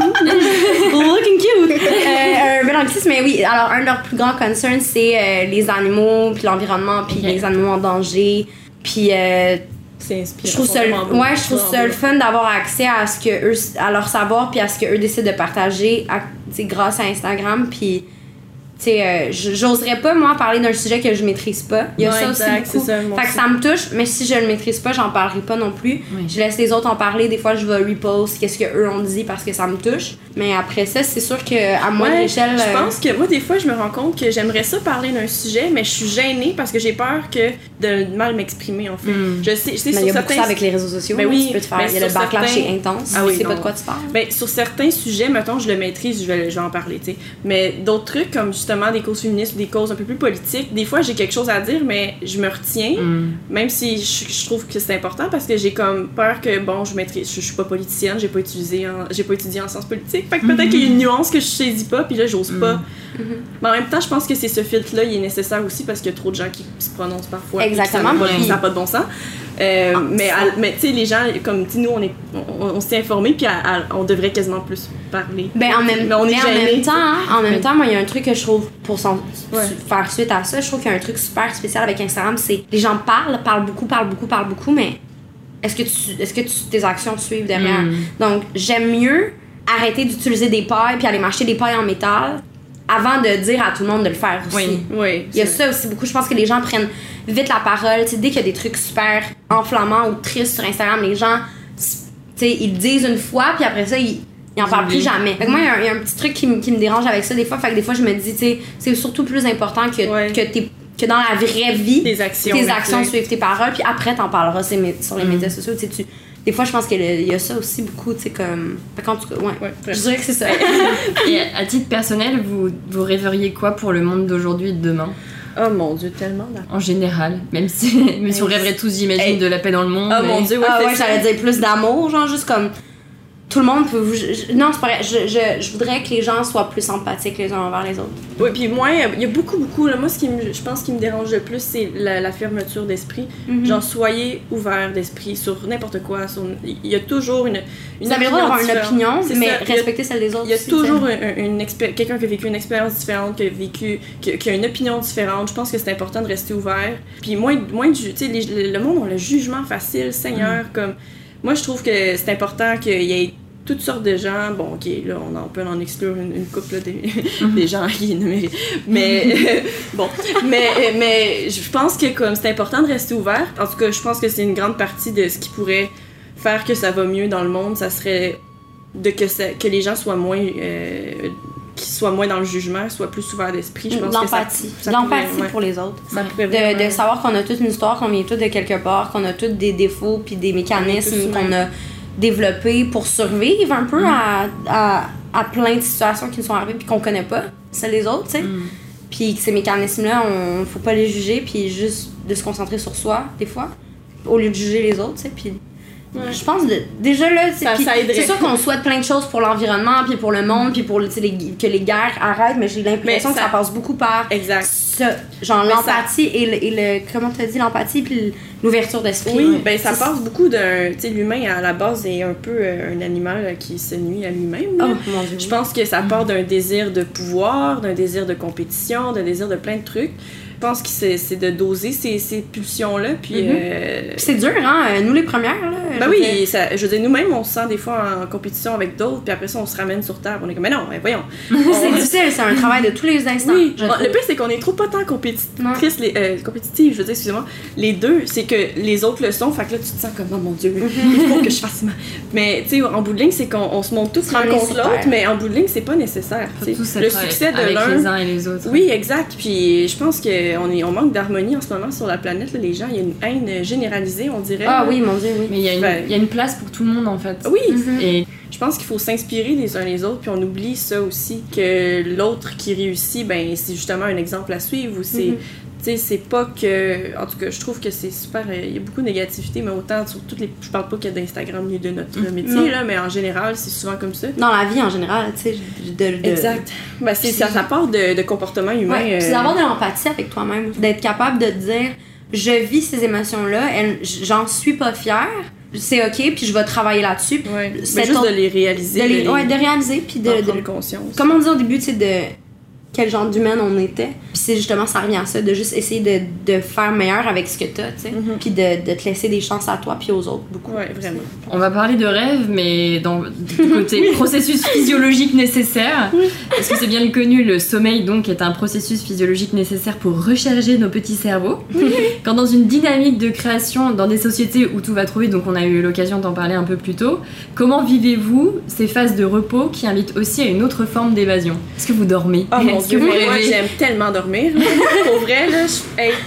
Looking cute! Euh, un bel anglicisme, mais oui, alors un de leurs plus grands concerns, c'est euh, les animaux, puis l'environnement, puis okay. les animaux en danger. Puis euh, c'est inspirant. Je trouve ça, ouais, je trouve ça le fun d'avoir accès à ce que eux, à leur savoir, puis à ce que eux décident de partager, à, grâce à Instagram, puis tu sais, euh, j'oserais pas moi parler d'un sujet que je maîtrise pas. Il y a ouais, ça exact, aussi beaucoup. Ça, fait que ça me touche, mais si je le maîtrise pas, j'en parlerai pas non plus. Oui. Je laisse les autres en parler. Des fois, je vais repost qu'est-ce que eux ont dit parce que ça me touche. Mais après ça, c'est sûr que à moindre ouais, échelle. Je pense que moi, des fois, je me rends compte que j'aimerais ça parler d'un sujet, mais je suis gênée parce que j'ai peur que de mal m'exprimer en fait. Mm. Je sais, je sais mais sur il y a certains... beaucoup ça avec les réseaux sociaux. Ben oui, tu peux te faire. Il y a le backlash certains... est intense. Ah, oui, tu sais pas de quoi tu parles. Ben sur certains sujets, mettons, je le maîtrise, je vais, je vais en parler, tu sais. Mais d'autres trucs comme justement des causes féministes ou des causes un peu plus politiques, des fois j'ai quelque chose à dire, mais je me retiens, mm. même si je, je trouve que c'est important parce que j'ai comme peur que bon, je maîtrise, je, je suis pas politicienne, j'ai pas utilisé, en, j'ai pas étudié en sciences politiques, fait que peut-être mm-hmm. qu'il y a une nuance que je saisis pas, puis là j'ose mm. pas. Mm-hmm. Mais en même temps, je pense que c'est ce filtre-là, il est nécessaire aussi parce qu'il y a trop de gens qui se prononcent parfois. Exactement. Ça n'a pas de bon sens. Euh, ah, mais mais tu sais, les gens, comme nous, on, est, on, on s'est informés, puis à, à, on devrait quasiment plus parler. Ben, en même, mais on est mais en même temps, hein, en même temps, moi, il y a un truc que je trouve, pour son, ouais. faire suite à ça, je trouve qu'il y a un truc super spécial avec Instagram, c'est les gens parlent, parlent beaucoup, parlent beaucoup, parlent beaucoup, mais est-ce que, tu, est-ce que tu, tes actions suivent derrière? Mm. Donc, j'aime mieux arrêter d'utiliser des pailles puis aller m'acheter des pailles en métal avant de dire à tout le monde de le faire aussi. Oui, oui. Il y a ça aussi beaucoup. Je pense que les gens prennent vite la parole. T'sais, dès qu'il y a des trucs super enflammants ou tristes sur Instagram, les gens, t'sais, ils le disent une fois, puis après ça, ils, ils en parlent plus jamais. Fait que moi, il y, y a un petit truc qui, m- qui me dérange avec ça des fois. Fait que des fois, je me dis, t'sais, c'est surtout plus important que, ouais. que, t'es, que dans la vraie vie, tes actions, tes actions suivent tes paroles, puis après, t'en parleras sur les, sur les mm. médias sociaux. T'sais, tu Des fois, je pense qu'il y a ça aussi beaucoup, tu sais, comme... Fait qu'en tout cas, ouais, ouais je dirais que c'est ça. Et à titre personnel, vous, vous rêveriez quoi pour le monde d'aujourd'hui et de demain? Oh mon Dieu, tellement d'accord. En général, même si, même si on rêverait tous, j'imagine, hey. de la paix dans le monde. Oh mais... mon Dieu, ouais, ah, ouais j'allais dire plus d'amour, genre juste comme... Tout le monde peut vous... Je, non, c'est pas vrai. Je, je, je voudrais que les gens soient plus empathiques les uns envers les autres. Oui, puis moi, il y a beaucoup, beaucoup... Là, moi, ce qui me, je pense qui me dérange le plus, c'est la, la fermeture d'esprit. Mm-hmm. Genre, soyez ouverts d'esprit sur n'importe quoi. Sur, il y a toujours une, une Vous avez le droit d'avoir une opinion, c'est mais ça. respectez celle des autres. Il y a aussi, toujours une, une expé- quelqu'un qui a vécu une expérience différente, qui a vécu... Qui, qui a une opinion différente. Je pense que c'est important de rester ouvert. Puis moins, moins de... Tu sais, le monde a le jugement facile, Seigneur, mm. comme... Moi, je trouve que c'est important qu'il y ait toutes sortes de gens, bon, ok, là, on, en, on peut en exclure une, une couple là, des, mm-hmm. des gens qui ne méritent. Mais, euh, bon, mais, mais je pense que comme c'est important de rester ouvert. En tout cas, je pense que c'est une grande partie de ce qui pourrait faire que ça va mieux dans le monde. Ça serait de que, ça, que les gens soient moins... Euh, qu'ils soient moins dans le jugement, soient plus ouverts d'esprit. Je pense l'empathie. Que ça, ça l'empathie pourrait, ouais. pour les autres. Ça de, vraiment... de savoir qu'on a toute une histoire, qu'on vient tous de quelque part, qu'on a tous des défauts puis des mécanismes qu'on a développés pour survivre un peu mm. à, à, à plein de situations qui nous sont arrivées puis qu'on connaît pas, celles des autres, tu sais. Mm. Puis ces mécanismes-là, on faut pas les juger puis juste de se concentrer sur soi, des fois, au lieu de juger les autres, tu sais. Puis ouais. je pense de, déjà là, ça, ça c'est sûr qu'on souhaite plein de choses pour l'environnement puis pour le monde puis pour les, que les guerres arrêtent, mais j'ai l'impression mais ça, que ça passe beaucoup par exact. Ça, genre mais l'empathie ça... et, le, et le comment t'as dit l'empathie puis l'ouverture d'esprit. Oui, ouais. ben ça c'est... passe beaucoup d'un, tu sais, l'humain à la base est un peu euh, un animal qui se nuit à lui-même. Oh, mon Dieu. Je pense que ça part d'un désir de pouvoir, d'un désir de compétition, d'un désir de plein de trucs. Je pense que c'est, c'est de doser ces, ces pulsions-là. Puis, Mm-hmm. euh... puis c'est dur, hein? Nous, les premières, là. Ben je oui, veux dire. ça, je veux dire, nous-mêmes, on se sent des fois en compétition avec d'autres, puis après ça, on se ramène sur terre. On est comme, mais non, mais voyons. C'est difficile, c'est un travail de tous les instants. Oui, je bon, trouve. le pire, c'est qu'on est trop pas tant compétitrices, les, euh, compétitives, je veux dire, excusez-moi, les deux, c'est que les autres le sont, fait que là, tu te sens comme, oh mon Dieu, il faut que je fasse ma. Mais, tu sais, en bout de ligne, c'est qu'on on se monte tous C'est l'un un contre super. l'autre, mais en bout de ligne, c'est pas nécessaire. tu sais. Faut tous Le être succès de avec l'un. les uns et les autres. Oui, exact. Puis je pense qu'on est, on manque d'harmonie en ce moment sur la planète. Là, les gens, il y a une haine généralisée, on dirait. Ah là. oui, mon Dieu, oui. Mais il y, a une- Ben. il y a une place pour tout le monde en fait. Oui, Mhm. Et je pense qu'il faut s'inspirer les uns les autres, puis on oublie ça aussi, que l'autre qui réussit, ben c'est justement un exemple à suivre, ou c'est, Mhm. tu sais, c'est pas que, en tout cas, je trouve que c'est super, euh, il y a beaucoup de négativité, mais autant sur toutes les, je parle pas qu'il y a d'Instagram ni de notre Mhm. métier, Non. là, mais en général, c'est souvent comme ça. Dans la vie en général, tu sais. De, de- Exact. Ben c'est, Puis- ça, ça part de, de comportement humain. Ouais, puis euh, d'avoir de l'empathie avec toi-même. D'être capable de te dire, je vis ces émotions-là, elles- j'en suis pas fière, c'est ok, puis je vais travailler là-dessus. ouais. Mais Cette juste autre- de les réaliser, De, les, de, les- ouais, de réaliser, puis de, d'en de- prendre conscience. comme on dit au début, tu sais, de quel genre d'humaine on était. Puis c'est justement, ça revient à ça, de juste essayer de, de faire meilleur avec ce que t'as, tu sais. Mhm. Puis de, de te laisser des chances à toi, puis aux autres, beaucoup. Ouais, vraiment. on va parler de rêve, mais dans du côté processus physiologique nécessaire. Parce que c'est bien connu, le sommeil donc est un processus physiologique nécessaire pour recharger nos petits cerveaux. Quand dans une dynamique de création, dans des sociétés où tout va trop vite, donc on a eu l'occasion d'en parler un peu plus tôt, comment vivez-vous ces phases de repos qui invitent aussi à une autre forme d'évasion? Est-ce que vous dormez? Oh mon Est-ce que Dieu, vous mais moi rêvez? j'aime tellement dormir. Pour vrai, là, je... hey.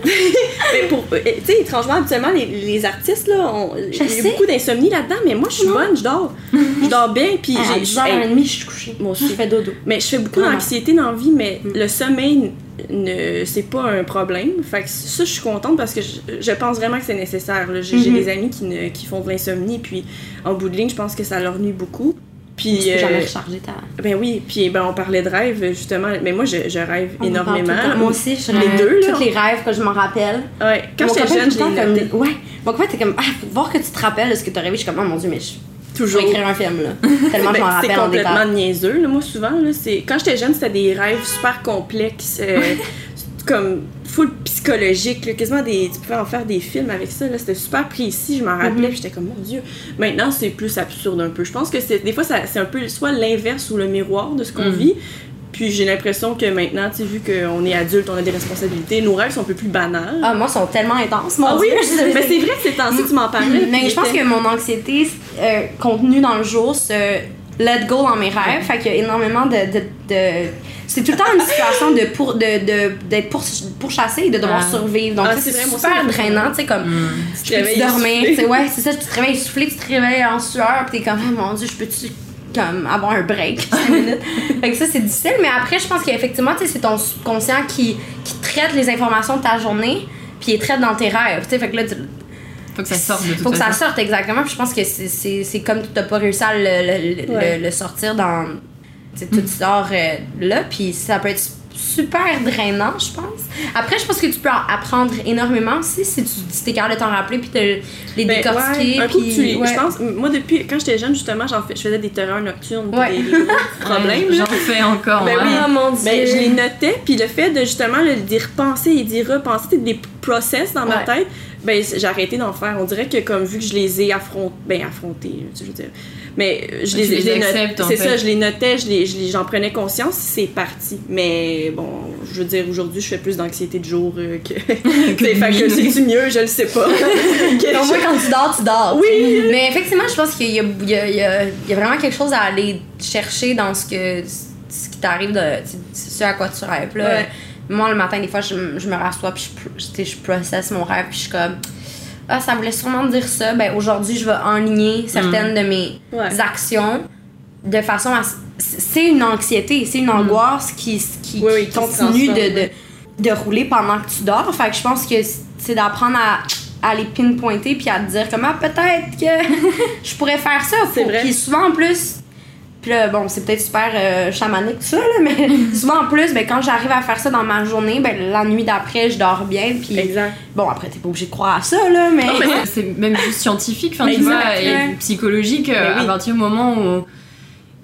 Mais pour... euh, Tu sais, étrangement, habituellement, les, les artistes, là, on... il y a sais. beaucoup d'insomnie là-dedans, mais moi je suis bonne, je dors. Je dors bien, puis À j'ai... dix j'ai- heures hey, trente, je suis couchée. Moi aussi. Je fais dodo. Mais je fais beaucoup Vraiment. d'anxiété dans la vie, mais Mm. le sommeil, ne... c'est pas un problème. Fait que ça, je suis contente parce que je, je pense vraiment que c'est nécessaire. là. J'ai j'ai Mhm. des amis qui, ne... qui font de l'insomnie, puis en bout de ligne, je pense que ça leur nuit beaucoup. Puis, Tu peux jamais euh, recharger ta... ben oui, puis ben on parlait de rêve justement, mais moi je, je rêve On en parle énormément. tout le temps. Moi aussi, je Les rêve deux, là. tous les rêves que je m'en rappelle. Ouais, quand Mon j'étais copain, jeune, tout je le les temps, notais. comme... Ouais. Mon copain était comme, ah, faut voir que tu te rappelles de ce que t'as rêvé. Je suis comme, oh mon Dieu, mais je je Toujours. vais écrire un film, là. Tellement je Ben, m'en c'est rappelle en détail. complètement niaiseux, là, moi souvent. Là, c'est... Quand j'étais jeune, c'était des rêves super complexes, euh, comme full psychologique, là, quasiment des. Tu pouvais en faire des films avec ça, là, c'était super précis, je m'en rappelais, Mhm. puis j'étais comme, mon Dieu. Maintenant, c'est plus absurde un peu. Je pense que c'est des fois, ça, c'est un peu soit l'inverse ou le miroir de ce qu'on Mhm. vit. Puis j'ai l'impression que maintenant, tu sais, vu qu'on est adulte, on a des responsabilités, nos rêves sont un peu plus banals. Ah, moi, ils sont tellement intenses, mon Ah oui, Dieu. mais c'est vrai que ces temps-ci, tu m'en parlais. Mais puis je pense j'étais- que mon anxiété euh, contenue dans le jour se let go dans mes rêves. Fait qu'il y a énormément de. de, de- c'est tout le temps une situation de pour, de, de, d'être pour, pourchassé et de devoir Ah. survivre. Donc, Ah, ça, c'est c'est vrai, moi super aussi. drainant. Tu sais, comme. Hmm. Tu te Tu peux réveilles dormir, essoufflé. tu sais, ouais, c'est ça, tu te réveilles essoufflé, tu te réveilles en sueur, pis t'es comme, oh mon Dieu, je peux-tu comme avoir un break, cinq minutes. Fait que ça, c'est difficile, mais après, je pense qu'effectivement, tu sais, c'est ton subconscient qui, qui traite les informations de ta journée, puis il traite dans tes rêves, tu sais, fait que là, tu- Faut que ça sorte de toute faut que ça façon. sorte exactement, puis je pense que c'est- c'est c'est comme tu t'as pas réussi à le, le, le- Ouais. le sortir dans. Tu sais, tout sort euh, là, puis ça peut être super drainant, je pense. Après, je pense que tu peux en apprendre énormément aussi si tu si t'es capable de t'en rappeler, puis de les Ben, décortiquer. ouais, un coup, puis- tu les- ouais. je pense, moi, depuis, quand j'étais jeune, justement, j'en fais, je faisais des terreurs nocturnes, puis Ouais. des, des gros problèmes, Ouais, là. J'en fais encore. Ben ouais. oui. Ah, mon Dieu. Ben, je les notais, puis le fait de justement le- d'y repenser et d'y repenser, tu sais, des process dans ma Ouais. tête, ben j'ai arrêté d'en faire. On dirait que comme vu que je les ai affrontés, ben affrontés, tu sais, je veux dire. Mais euh, je Tu les, les je les notais- acceptes, en c'est fait. ça, je les notais, je les, je les- j'en prenais conscience, c'est parti. Mais bon, je veux dire, aujourd'hui, je fais plus d'anxiété de jour euh, que. Que c'est de fait que nuit. c'est-tu mieux, je le sais pas. Que- Au moins, quand tu dors, tu dors. Oui. tu sais. Mais effectivement, je pense qu'il y a, il y, a, il y, a, il y a vraiment quelque chose à aller chercher dans ce que ce qui t'arrive, de tu sais, ce à quoi tu rêves. Là. Ouais. Moi, le matin, des fois, je, m- je me rassois puis je, pr- tu sais, je processe mon rêve puis je suis comme ah, ça voulait sûrement dire ça. Ben aujourd'hui, je vais enligner certaines de mes Ouais. actions de façon à. C'est une anxiété, c'est une angoisse qui, qui, Oui, oui, qui qui se continue de, transforme, de, de rouler pendant que tu dors. Fait que je pense que c'est d'apprendre à, à les pinpointer puis à te dire comment peut-être que je pourrais faire ça. C'est Pour- vrai. Puis souvent en plus. Puis là, bon, c'est peut-être super euh, chamanique tout ça, là, mais souvent en plus, ben, quand j'arrive à faire ça dans ma journée, ben, la nuit d'après, je dors bien. Puis Exact. bon, après, t'es pas obligé de croire à ça, là, mais. Non, mais c'est même juste scientifique, enfin, tu Exact, vois, et ouais. psychologique, euh, Mais oui. à partir du moment où...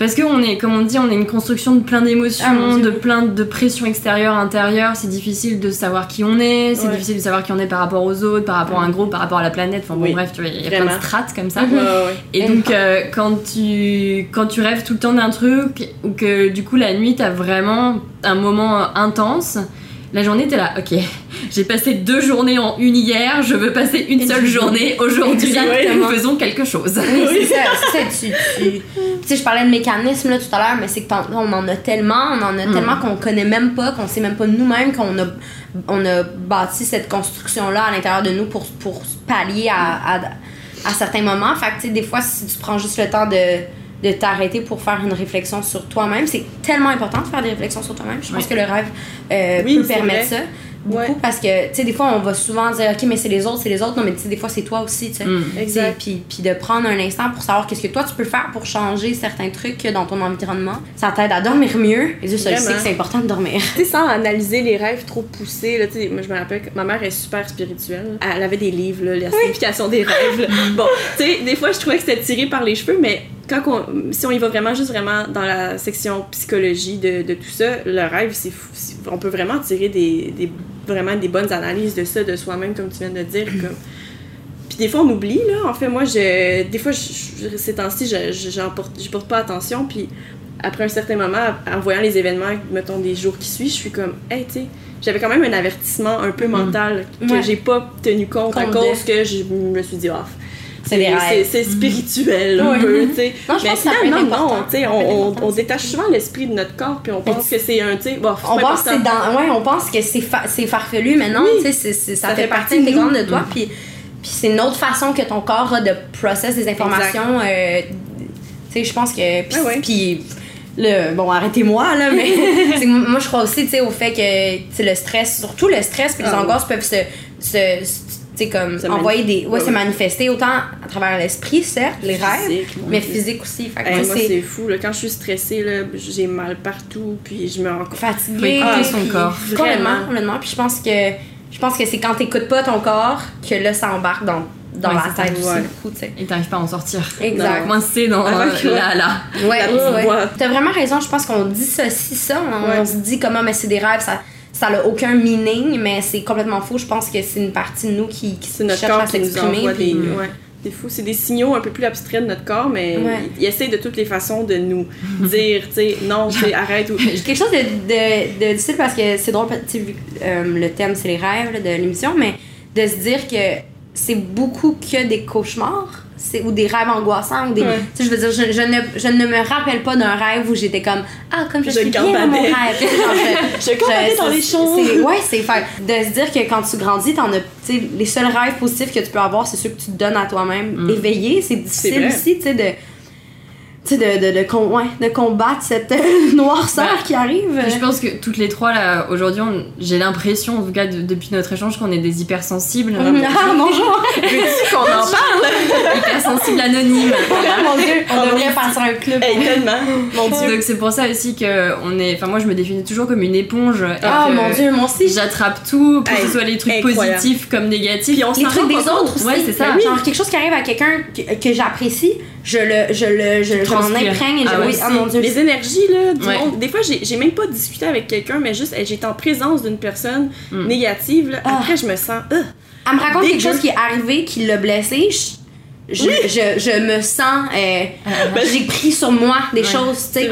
Parce qu'on est, comme on dit, on est une construction de plein d'émotions, ah, de plein de pressions extérieures, intérieures. C'est difficile de savoir qui on est, c'est ouais. difficile de savoir qui on est par rapport aux autres, par rapport à un groupe, par rapport à la planète. Enfin bon, oui. bref, tu vois, il y a Vraiment. plein de strates comme ça. Ouais, ouais. Et donc, euh, quand, tu, quand tu rêves tout le temps d'un truc, ou que du coup, la nuit, t'as vraiment un moment intense, la journée, t'es là, ok, j'ai passé deux journées en une hier, je veux passer une seule journée aujourd'hui, nous faisons quelque chose. Oui, c'est ça, c'est ça. Tu, tu, tu sais, je parlais de mécanisme là, tout à l'heure, mais c'est qu'on en a tellement, on en a mm. tellement qu'on connaît même pas, qu'on sait même pas nous-mêmes, qu'on a, on a bâti cette construction-là à l'intérieur de nous pour, pour pallier à, à, à certains moments. Fait que, tu sais, des fois, si tu prends juste le temps de... de t'arrêter pour faire une réflexion sur toi-même. C'est tellement important de faire des réflexions sur toi-même. Je pense oui. que le rêve euh, oui, peut permettre vrai. ça. Beaucoup ouais. parce que, tu sais, des fois, on va souvent dire, OK, mais c'est les autres, c'est les autres. Non, mais tu sais, des fois, c'est toi aussi, tu sais. Mm. Exact. Puis, puis de prendre un instant pour savoir qu'est-ce que toi, tu peux faire pour changer certains trucs dans ton environnement. Ça t'aide à dormir mieux. Et juste, je sais que c'est important de dormir. Tu sais, sans analyser les rêves trop poussés, là, tu sais, moi, je me rappelle que ma mère est super spirituelle. Elle avait des livres, là, la oui. signification des rêves. Bon, tu sais, des fois, je trouvais que c'était tiré par les cheveux, mais quand on, si on y va vraiment juste vraiment dans la section psychologie de, de tout ça, le rêve, c'est, c'est on peut vraiment tirer des, des vraiment des bonnes analyses de ça, de soi-même, comme tu viens de dire. Comme... Puis des fois, on oublie, là. En fait, moi, je, des fois, je, je, ces temps-ci, je, je, j'en porte, je porte pas attention. Puis après un certain moment, en voyant les événements, mettons, des jours qui suivent, je suis comme, hey, tu sais, j'avais quand même un avertissement un peu mental mmh. que ouais. j'ai pas tenu compte, compte à cause de... que je me suis dit, off. Oh, C'est, c'est, c'est, c'est spirituel mmh. un peu, tu sais. Mais finalement, non, tu sais, on, on, on détache souvent l'esprit de notre corps, puis on pense que c'est un, tu sais, bon, on pense que c'est dans, ouais, on pense que c'est, fa- c'est farfelu, mais non, oui. tu sais, ça, ça fait partie intégrante de toi, mmh. puis, puis c'est une autre façon que ton corps a de process des informations, euh, tu sais, je pense que, puis, ah ouais. puis le, bon, arrêtez-moi, là, mais c'est, moi, je crois aussi, tu sais, au fait que, le stress, surtout le stress, puis les ah, angoisses oui. peuvent se, se, se c'est comme se envoyer manif- des ouais, ouais, se ouais. manifester autant à travers l'esprit, certes, les physique, rêves, mais Dieu. physique aussi. Fait que hey, moi, c'est... c'est fou. Là, quand je suis stressée, là, j'ai mal partout, puis je me rends compte. Fatiguée. Ah, son corps. Complètement, complètement. Puis je pense que je pense que c'est quand t'écoutes pas ton corps que là, ça embarque dans, dans ouais, la tête aussi, ouais. beaucoup, tu sais. Et t'arrives pas à en sortir. Exact. Moi, c'est dans ah, euh, là, là. Ouais, ouais, ouais. T'as vraiment raison. Je pense qu'on dissocie ça. On, ouais. on se dit comment, mais c'est des rêves, ça... ça n'a aucun meaning, mais c'est complètement faux. Je pense que c'est une partie de nous qui, qui c'est notre cherche corps à s'exprimer. Qui nous puis... des, ouais, c'est fou. C'est des signaux un peu plus abstraits de notre corps, mais ouais. il, il essaie de toutes les façons de nous dire, tu sais, non, tu arrête. Ou... quelque chose de, de, de difficile parce que c'est drôle, tu sais, euh, le thème, c'est les rêves là, de l'émission, mais de se dire que c'est beaucoup que des cauchemars. C'est, ou des rêves angoissants ou des ouais. tu sais, je veux dire je, je, ne, je ne me rappelle pas d'un rêve où j'étais comme ah comme je, je suis bien dans mon rêve genre, je, je gambadais dans les choses c'est, ouais c'est fait de se dire que quand tu grandis t'en as tu sais les seuls rêves positifs que tu peux avoir c'est ceux que tu te donnes à toi-même mm. éveillé c'est difficile c'est aussi tu sais de tu sais, de, de, de, con, ouais, de combattre cette euh, noirceur bah, qui arrive. Je pense que toutes les trois, là, aujourd'hui, on, j'ai l'impression, en tout cas, de, depuis notre échange, qu'on est des hypersensibles. Ah, bonjour! Veux-tu qu'on en parle? Hypersensibles anonymes. Mon Dieu, on devrait passer un club. Hey, tellement, mon Dieu. Donc, c'est pour ça aussi que on est... Enfin, moi, je me définis toujours comme une éponge. Ah, oh, mon Dieu, moi aussi. J'attrape tout, que hey, ce soit les trucs incroyable. Positifs comme négatifs. Puis on les trucs des autres aussi. Ouais, c'est ça. Oui. Genre, quelque chose qui arrive à quelqu'un que, que j'apprécie, je le... Je le je, je m'en imprègne et je... Ah, oui, oh, mon Dieu. Les énergies, là, du ouais. monde. Des fois, j'ai, j'ai même pas discuté avec quelqu'un, mais juste, j'étais en présence d'une personne mm. négative, là. Ah. Après, je me sens... Uh, Elle me raconte quelque chose qui est arrivé, qui l'a blessée. Je, je, oui. je, je me sens... Euh, ben, j'ai pris sur moi des ouais. choses, tu sais.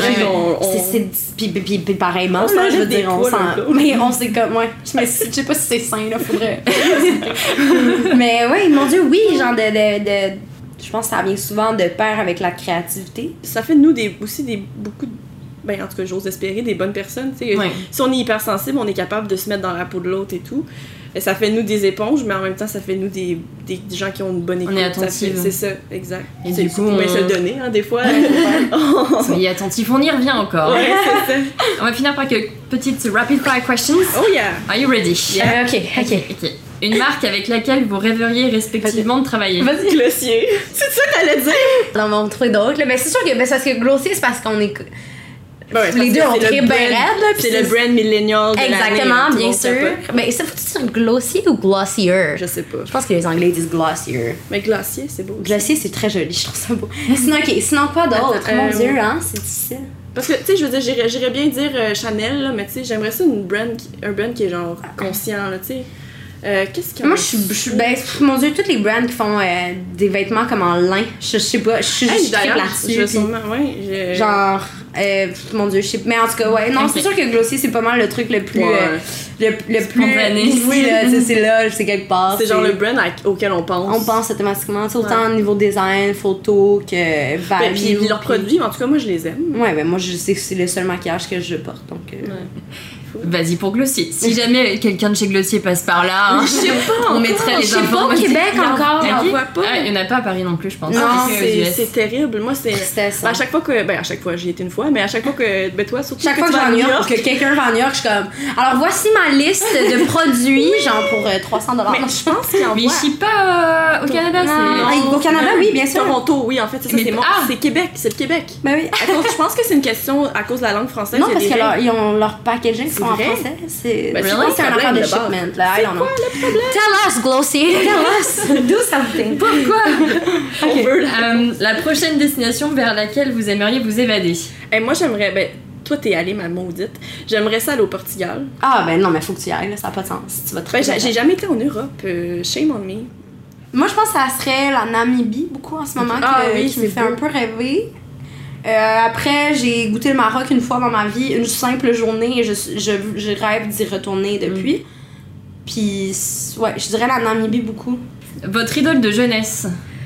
Puis, puis, puis, puis pareillement, on là, je veux dire, on sent... Mais on sait comme... Ouais, je sais pas si c'est sain, là, faudrait... Mais ouais, mon Dieu, oui, genre de... de, de je pense que ça vient souvent de pair avec la créativité. Ça fait de nous des, aussi des, beaucoup de... Ben, en tout cas, j'ose espérer, des bonnes personnes. Ouais. Si on est hypersensible, on est capable de se mettre dans la peau de l'autre et tout. Et ça fait de nous des éponges, mais en même temps, ça fait de nous des, des, des gens qui ont une bonne écoute. On est attentifs. C'est ça, exact. Et c'est du coup, on va on... se le donner, hein, des fois. Soyez attentifs, on y revient encore. Ouais, c'est ça. On va finir par quelques petites rapid fire questions. Oh yeah! Are you ready? Yeah. Uh, ok, ok. Ok. Une marque avec laquelle vous rêveriez respectivement de travailler. Vas-y, Glossier. C'est ça que t'allais dire? Dans mon truc d'autre. Mais c'est sûr que ben, c'est parce que Glossier, c'est parce qu'on est. Ben ouais, les deux parce ont que c'est très le bien brand- raide, là. puis C'est le brand millennial de Exactement, l'année, tout le bien monde sûr. capote. Mais ça faut-tu dire glossier ou glossier? Je sais pas. Je pense que les Anglais disent glossier. Mais glacier, c'est beau. Glossier, c'est très joli, je trouve ça beau. Sinon, ok, sinon quoi d'autre? Attends, Mon euh, Dieu, hein, c'est difficile. Parce que, tu sais, je veux dire, j'irais, j'irais bien dire euh, Chanel, là, mais tu sais, j'aimerais ça une brand qui, un brand qui est genre conscient, là, tu sais. Euh, qu'est-ce qu'il y a? Moi, je suis, je suis, ben, mon Dieu, toutes les brands qui font euh, des vêtements comme en lin, je, je sais pas, je suis Hey, juste d'ailleurs, là-dessus. je vais puis sûrement, ouais, je- Genre, euh, mon Dieu, je sais mais en tout cas, ouais, non, Ok. c'est sûr que glossier, c'est pas mal le truc le plus. Ouais. euh, le, le plus. Spontané. Oui, là, tu sais, c'est là, c'est quelque part. c'est genre le brand à- auquel on pense. On pense automatiquement, tu sais, autant Ouais. au niveau design, photo que value. Ben, puis, puis leurs produits, en tout cas, moi, je les aime. Ouais, ben moi, je sais que c'est le seul maquillage que je porte, donc. euh, Ouais. Vas-y pour Glossier. Si jamais quelqu'un de chez Glossier passe par là, hein, Je sais pas, on mettrait les Je sais pas, au informations. Québec encore. Il y en Ok. voit pas. Ah, il y en a pas à Paris non plus, je pense. Non, Ah, Que aux c'est, U S. c'est terrible. Moi, c'est. Tristesse, Ben, hein. à chaque fois que. Ben, à chaque fois, j'y étais une fois, mais à chaque fois que. Ben, toi, surtout. Chaque que fois que tu je vas vais à à New York, que quelqu'un va à New York, je suis comme. Alors voici ma liste de produits, genre pour euh, trois cents dollars. Mais je pense qu'il y en Mais voit. je suis pas euh, au Canada, Non. c'est. Ah, au Canada, oui, bien sûr. Toronto, oui, en fait, c'est ça. Mais- C'est, mon... ah! c'est Québec. C'est le Québec. Ben oui. À cause- je pense que c'est une question à cause de la langue française. Non, il y a parce des que leur, règles. ils ont leur packaging qui C'est sont en vrai? français. C'est Ben, je c'est pense quoi que c'est le un affaire problème de de base? shipment. Là, I don't know. le problème? Tell us, Glossier. Tell us. Do something. Pourquoi On veut, là. Euh, La prochaine destination vers laquelle vous aimeriez vous évader. Et moi, j'aimerais. Ben, toi, t'es allée, ma maudite. J'aimerais ça aller au Portugal. Ah, ben non, mais faut que tu y ailles, là, ça n'a pas de sens. Tu vas te Ben, j'ai, j'ai jamais été en Europe. euh, shame on me. Moi, je pense que ça serait la Namibie, beaucoup en ce moment, Ah que- oui, qui me c'est fait beau. un peu rêver. Euh, après, j'ai goûté le Maroc une fois dans ma vie, une simple journée, et je, je, je rêve d'y retourner depuis. Puis, ouais, je dirais la Namibie beaucoup. Votre idole de jeunesse.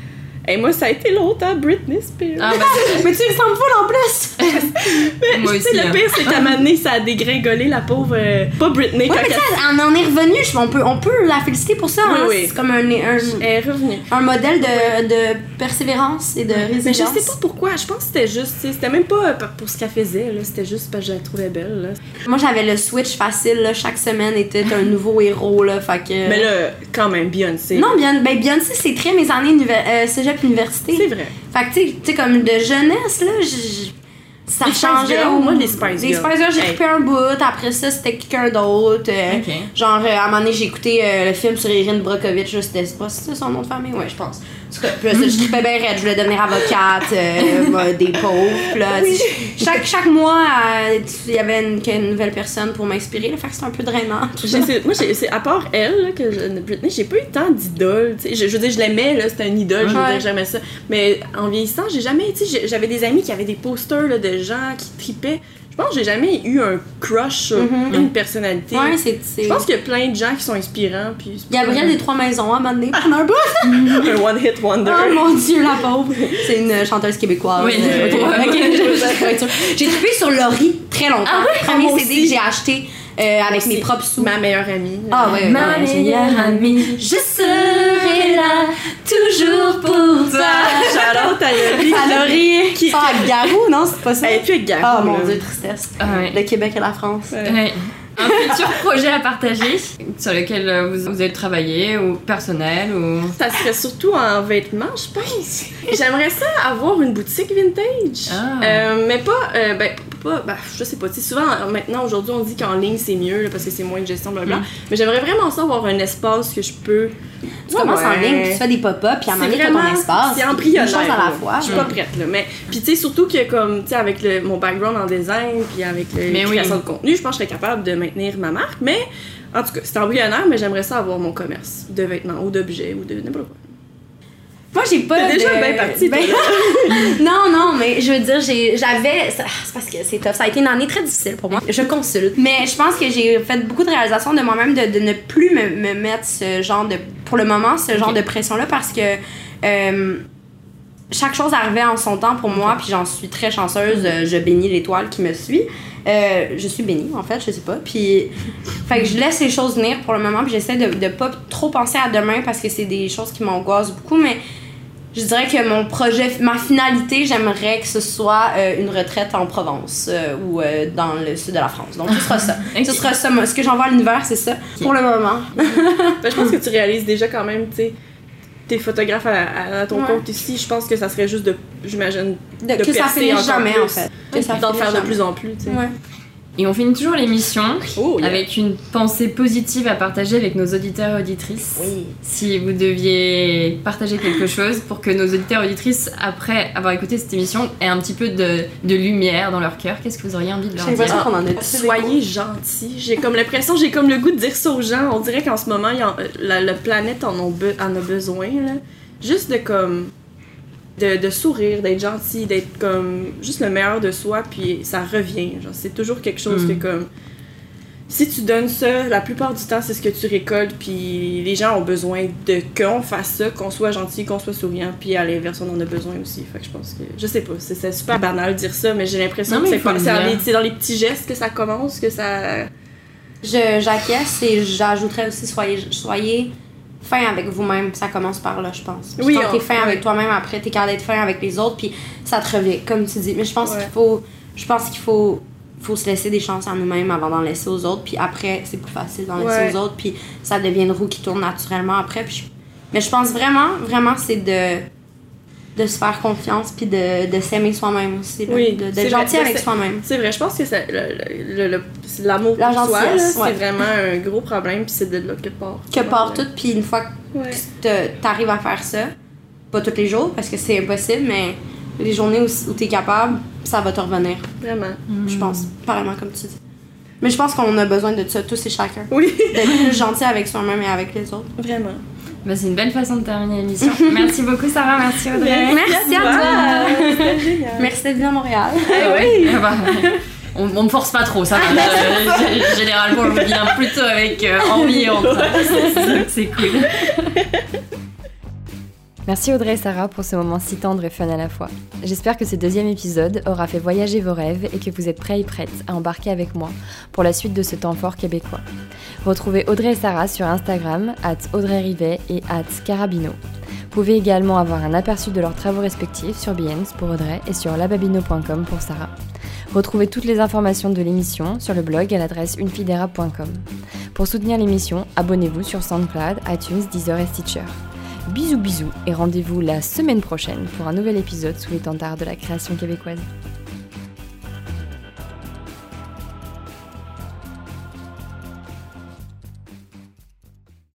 Et moi, ça a été longtemps Britney Spears. Ah bah, Mais tu ressembles full en plus! Mais moi tu sais, aussi, le hein. pire, c'est qu'à un moment donné, ça a dégringolé la pauvre. euh, pas Britney, Ouais, quand mais tu elle, sais, elle en est revenue, je- on peut, on peut la féliciter pour ça. Oui, hein. oui. C'est comme un, un, elle est revenue. un modèle de, de persévérance et de Mais je résilience. sais pas pourquoi. Je pense que c'était juste. tu sais, C'était même pas euh, pour ce qu'elle faisait. Là. C'était juste parce que je la trouvais belle. Là. Moi, j'avais le switch facile, là, chaque semaine était un nouveau héros, là, fait que... Mais là, quand même, Beyoncé. Non, bien, ben Beyoncé, c'est très mes années univer- euh, cégep université. C'est vrai. Fait que, tu sais- tu sais, comme de jeunesse, là, j- j- ça Les Spice changeait. Girls, au- moi, les Spice Les Girls. Spice Girls, j'ai Hey. coupé un bout. Après ça, c'était quelqu'un d'autre. euh, Ok. Genre, euh, à un moment donné, j'ai écouté euh, le film sur Erin Brockovich. là, C'était c'est pas c'était son nom de famille? Ouais, je pense. En tout cas, puis là, ça, je trippais bien raide. Je voulais devenir avocate euh, bah, des pauvres. Puis là, tu sais, chaque, chaque mois, euh, tu- il y avait une, une nouvelle personne pour m'inspirer. là, Fait que c'était un peu drainant. tout ça. J'ai- c'est- moi, j'ai- c'est à part elle, là, que je- Britney, j'ai pas eu tant d'idoles. tu sais. Je, je veux dire, je l'aimais, là, c'était une idole, je veux Ouais. dire, j'aimais ça. Mais en vieillissant, j'ai jamais. Tu sais, j'ai- j'avais des amis qui avaient des posters là, de gens qui tripaient. Je pense que j'ai jamais eu un crush sur Mhm. une personnalité. Ouais, c'est. c'est- Je pense qu'il y a plein de gens qui sont inspirants. Puis c'est pas- Gabrielle des Trois Maisons, à un moment donné, pendant un bout. un one-hit wonder. Oh mon dieu, la pauvre! C'est une chanteuse québécoise. Oui, Euh, pour- ok, ouais. je veux juste pour être sûre. J'ai trippé sur Laurie très longtemps. Ah ouais? Premier Moi C D aussi. que j'ai acheté euh, avec mes C'est propres sous. Ma meilleure amie. Ah ouais, Ma ouais, meilleure génial. amie, je serai là, toujours pour toi. Shout-out à Laurie. À Laurie! Qui- Ah, Garou, non, c'est pas ça? Elle est plus avec Garou. Ah mon là. dieu, tristesse. Ah ouais. Le Québec et la France. Ouais. Ouais. Un futur projet à partager sur lequel euh, vous, vous avez travaillé ou personnel ou. Ça serait surtout en vêtements, je pense. J'aimerais ça avoir une boutique vintage. Ah. Euh, mais pas, euh, ben, pas, ben, je sais pas. Tu sais, souvent, euh, maintenant, aujourd'hui, on dit qu'en ligne, c'est mieux là, parce que c'est moins de gestion, blablabla. Mm. Mais j'aimerais vraiment ça avoir un espace que je peux. Tu commences en ligne, puis tu fais des pop-up, puis à un moment donné, t'as ton espace. C'est embryonnaire. Une chose à la là. fois. Je suis pas prête, là. Mais, puis tu sais, surtout que, comme, tu sais, avec le, mon background en design, puis avec le, Mais la oui. création de contenu, je pense que je serais capable de maintenir ma marque. Mais, en tout cas, c'est embryonnaire, mais j'aimerais ça avoir mon commerce de vêtements ou d'objets ou de n'importe quoi. Moi, j'ai pas. T'es déjà de- bien partie, toi, Ben- non, non, mais je veux dire, j'ai- j'avais. ça- C'est parce que c'est tough. Ça a été une année très difficile pour moi. Je consulte. Mais je pense que j'ai fait beaucoup de réalisations de moi-même de, de ne plus me, me mettre ce genre de. Pour le moment, ce genre Ok. de pression-là parce que. euh, chaque chose arrivait en son temps pour moi, puis j'en suis très chanceuse. euh, Je bénis l'étoile qui me suit. Euh, je suis bénie, en fait, je sais pas. Puis, fait que je laisse les choses venir pour le moment, puis j'essaie de, de pas trop penser à demain parce que c'est des choses qui m'angoissent beaucoup, mais je dirais que mon projet, ma finalité, j'aimerais que ce soit euh, une retraite en Provence euh, ou euh, dans le sud de la France. Donc, ce sera ça. Ok. Ce sera ça. Moi, ce que j'envoie à l'univers, c'est ça. Pour le moment. Ben, je pense que tu réalises déjà quand même, tu sais, t'es photographe à, à, à ton Ouais. compte ici, je pense que ça serait juste de, j'imagine, De, de que ça percer finisse encore jamais, plus. en fait. Que ça d'en finisse faire de jamais. plus en plus, tu sais. Ouais. Et on finit toujours l'émission Oh, yeah. avec une pensée positive à partager avec nos auditeurs et auditrices. Oui. Si vous deviez partager quelque chose pour que nos auditeurs et auditrices, après avoir écouté cette émission, aient un petit peu de, de lumière dans leur cœur, qu'est-ce que vous auriez envie de leur J'ai dire? l'impression qu'on en a Ah, tous soyez gentils. J'ai comme l'impression, j'ai comme le goût de dire ça aux gens. On dirait qu'en ce moment, il y en- la, la planète en, ont be- en a besoin. Là. Juste de comme. De, de sourire, d'être gentil, d'être comme. Juste le meilleur de soi, puis ça revient. Genre, c'est toujours quelque chose Mm. que comme. Si tu donnes ça, la plupart du temps, c'est ce que tu récoltes, puis les gens ont besoin de qu'on fasse ça, qu'on soit gentil, qu'on soit souriant, puis à l'inverse, on en a besoin aussi. Fait que je pense que. Je sais pas, c'est, c'est super banal de dire ça, mais j'ai l'impression Non, que mais c'est, faut pas- le c'est, dans dire. les, c'est dans les petits gestes que ça commence, que ça. Je, j'acquiesce et j'ajouterais aussi soyez, soyez fin avec vous-même. Ça commence par là, je pense. Puis Oui, quand on- t'es fin ouais. avec toi-même, après, t'es capable d'être fin avec les autres, puis ça te revient, comme tu dis. Mais je pense Ouais. qu'il faut. Je pense qu'il faut. faut se laisser des chances à nous-mêmes avant d'en laisser aux autres, puis après, c'est plus facile d'en laisser Ouais. aux autres, puis ça devient une roue qui tourne naturellement après. Puis je- Mais je pense vraiment, vraiment, c'est de, de se faire confiance, puis de, de s'aimer soi-même aussi. Là. Oui, de, c'est d'être vrai, gentil de avec se- soi-même. C'est vrai, je pense que ça, le, le, le- c'est l'amour La pour soi, là, gentillesse, ouais. c'est vraiment un gros problème, puis c'est de là que part. Que part Ouais. tout, puis une fois que Ouais. te- t'arrives à faire ça, pas tous les jours, parce que c'est impossible, mais les journées où, où t'es capable, ça va te revenir, Vraiment. je pense, pareillement comme tu dis. Mais je pense qu'on a besoin de ça, tous et chacun. Oui, D'être plus gentil avec soi-même et avec les autres. vraiment. Bah, c'est une belle façon de terminer l'émission. Merci beaucoup Sarah, merci Audrey. Merci à toi. C'était génial. Merci d'être venue à Montréal. Ah oui. Ah bah, on, on me force pas trop, ça va. Euh, g- généralement, je viens plutôt avec euh, envie et honte. Donc c'est cool. Merci Audrey et Sarah pour ce moment si tendre et fun à la fois. J'espère que ce deuxième épisode aura fait voyager vos rêves et que vous êtes prêts et prêtes à embarquer avec moi pour la suite de ce temps fort québécois. Retrouvez Audrey et Sarah sur Instagram, arobase Audrey Rivet et arobase Carabino. Vous pouvez également avoir un aperçu de leurs travaux respectifs sur Behance pour Audrey et sur lababino point com pour Sarah. Retrouvez toutes les informations de l'émission sur le blog à l'adresse une fille d'érable point com. Pour soutenir l'émission, abonnez-vous sur SoundCloud, iTunes, Deezer et Stitcher. Bisous bisous et rendez-vous la semaine prochaine pour un nouvel épisode sous l'étendard de la création québécoise.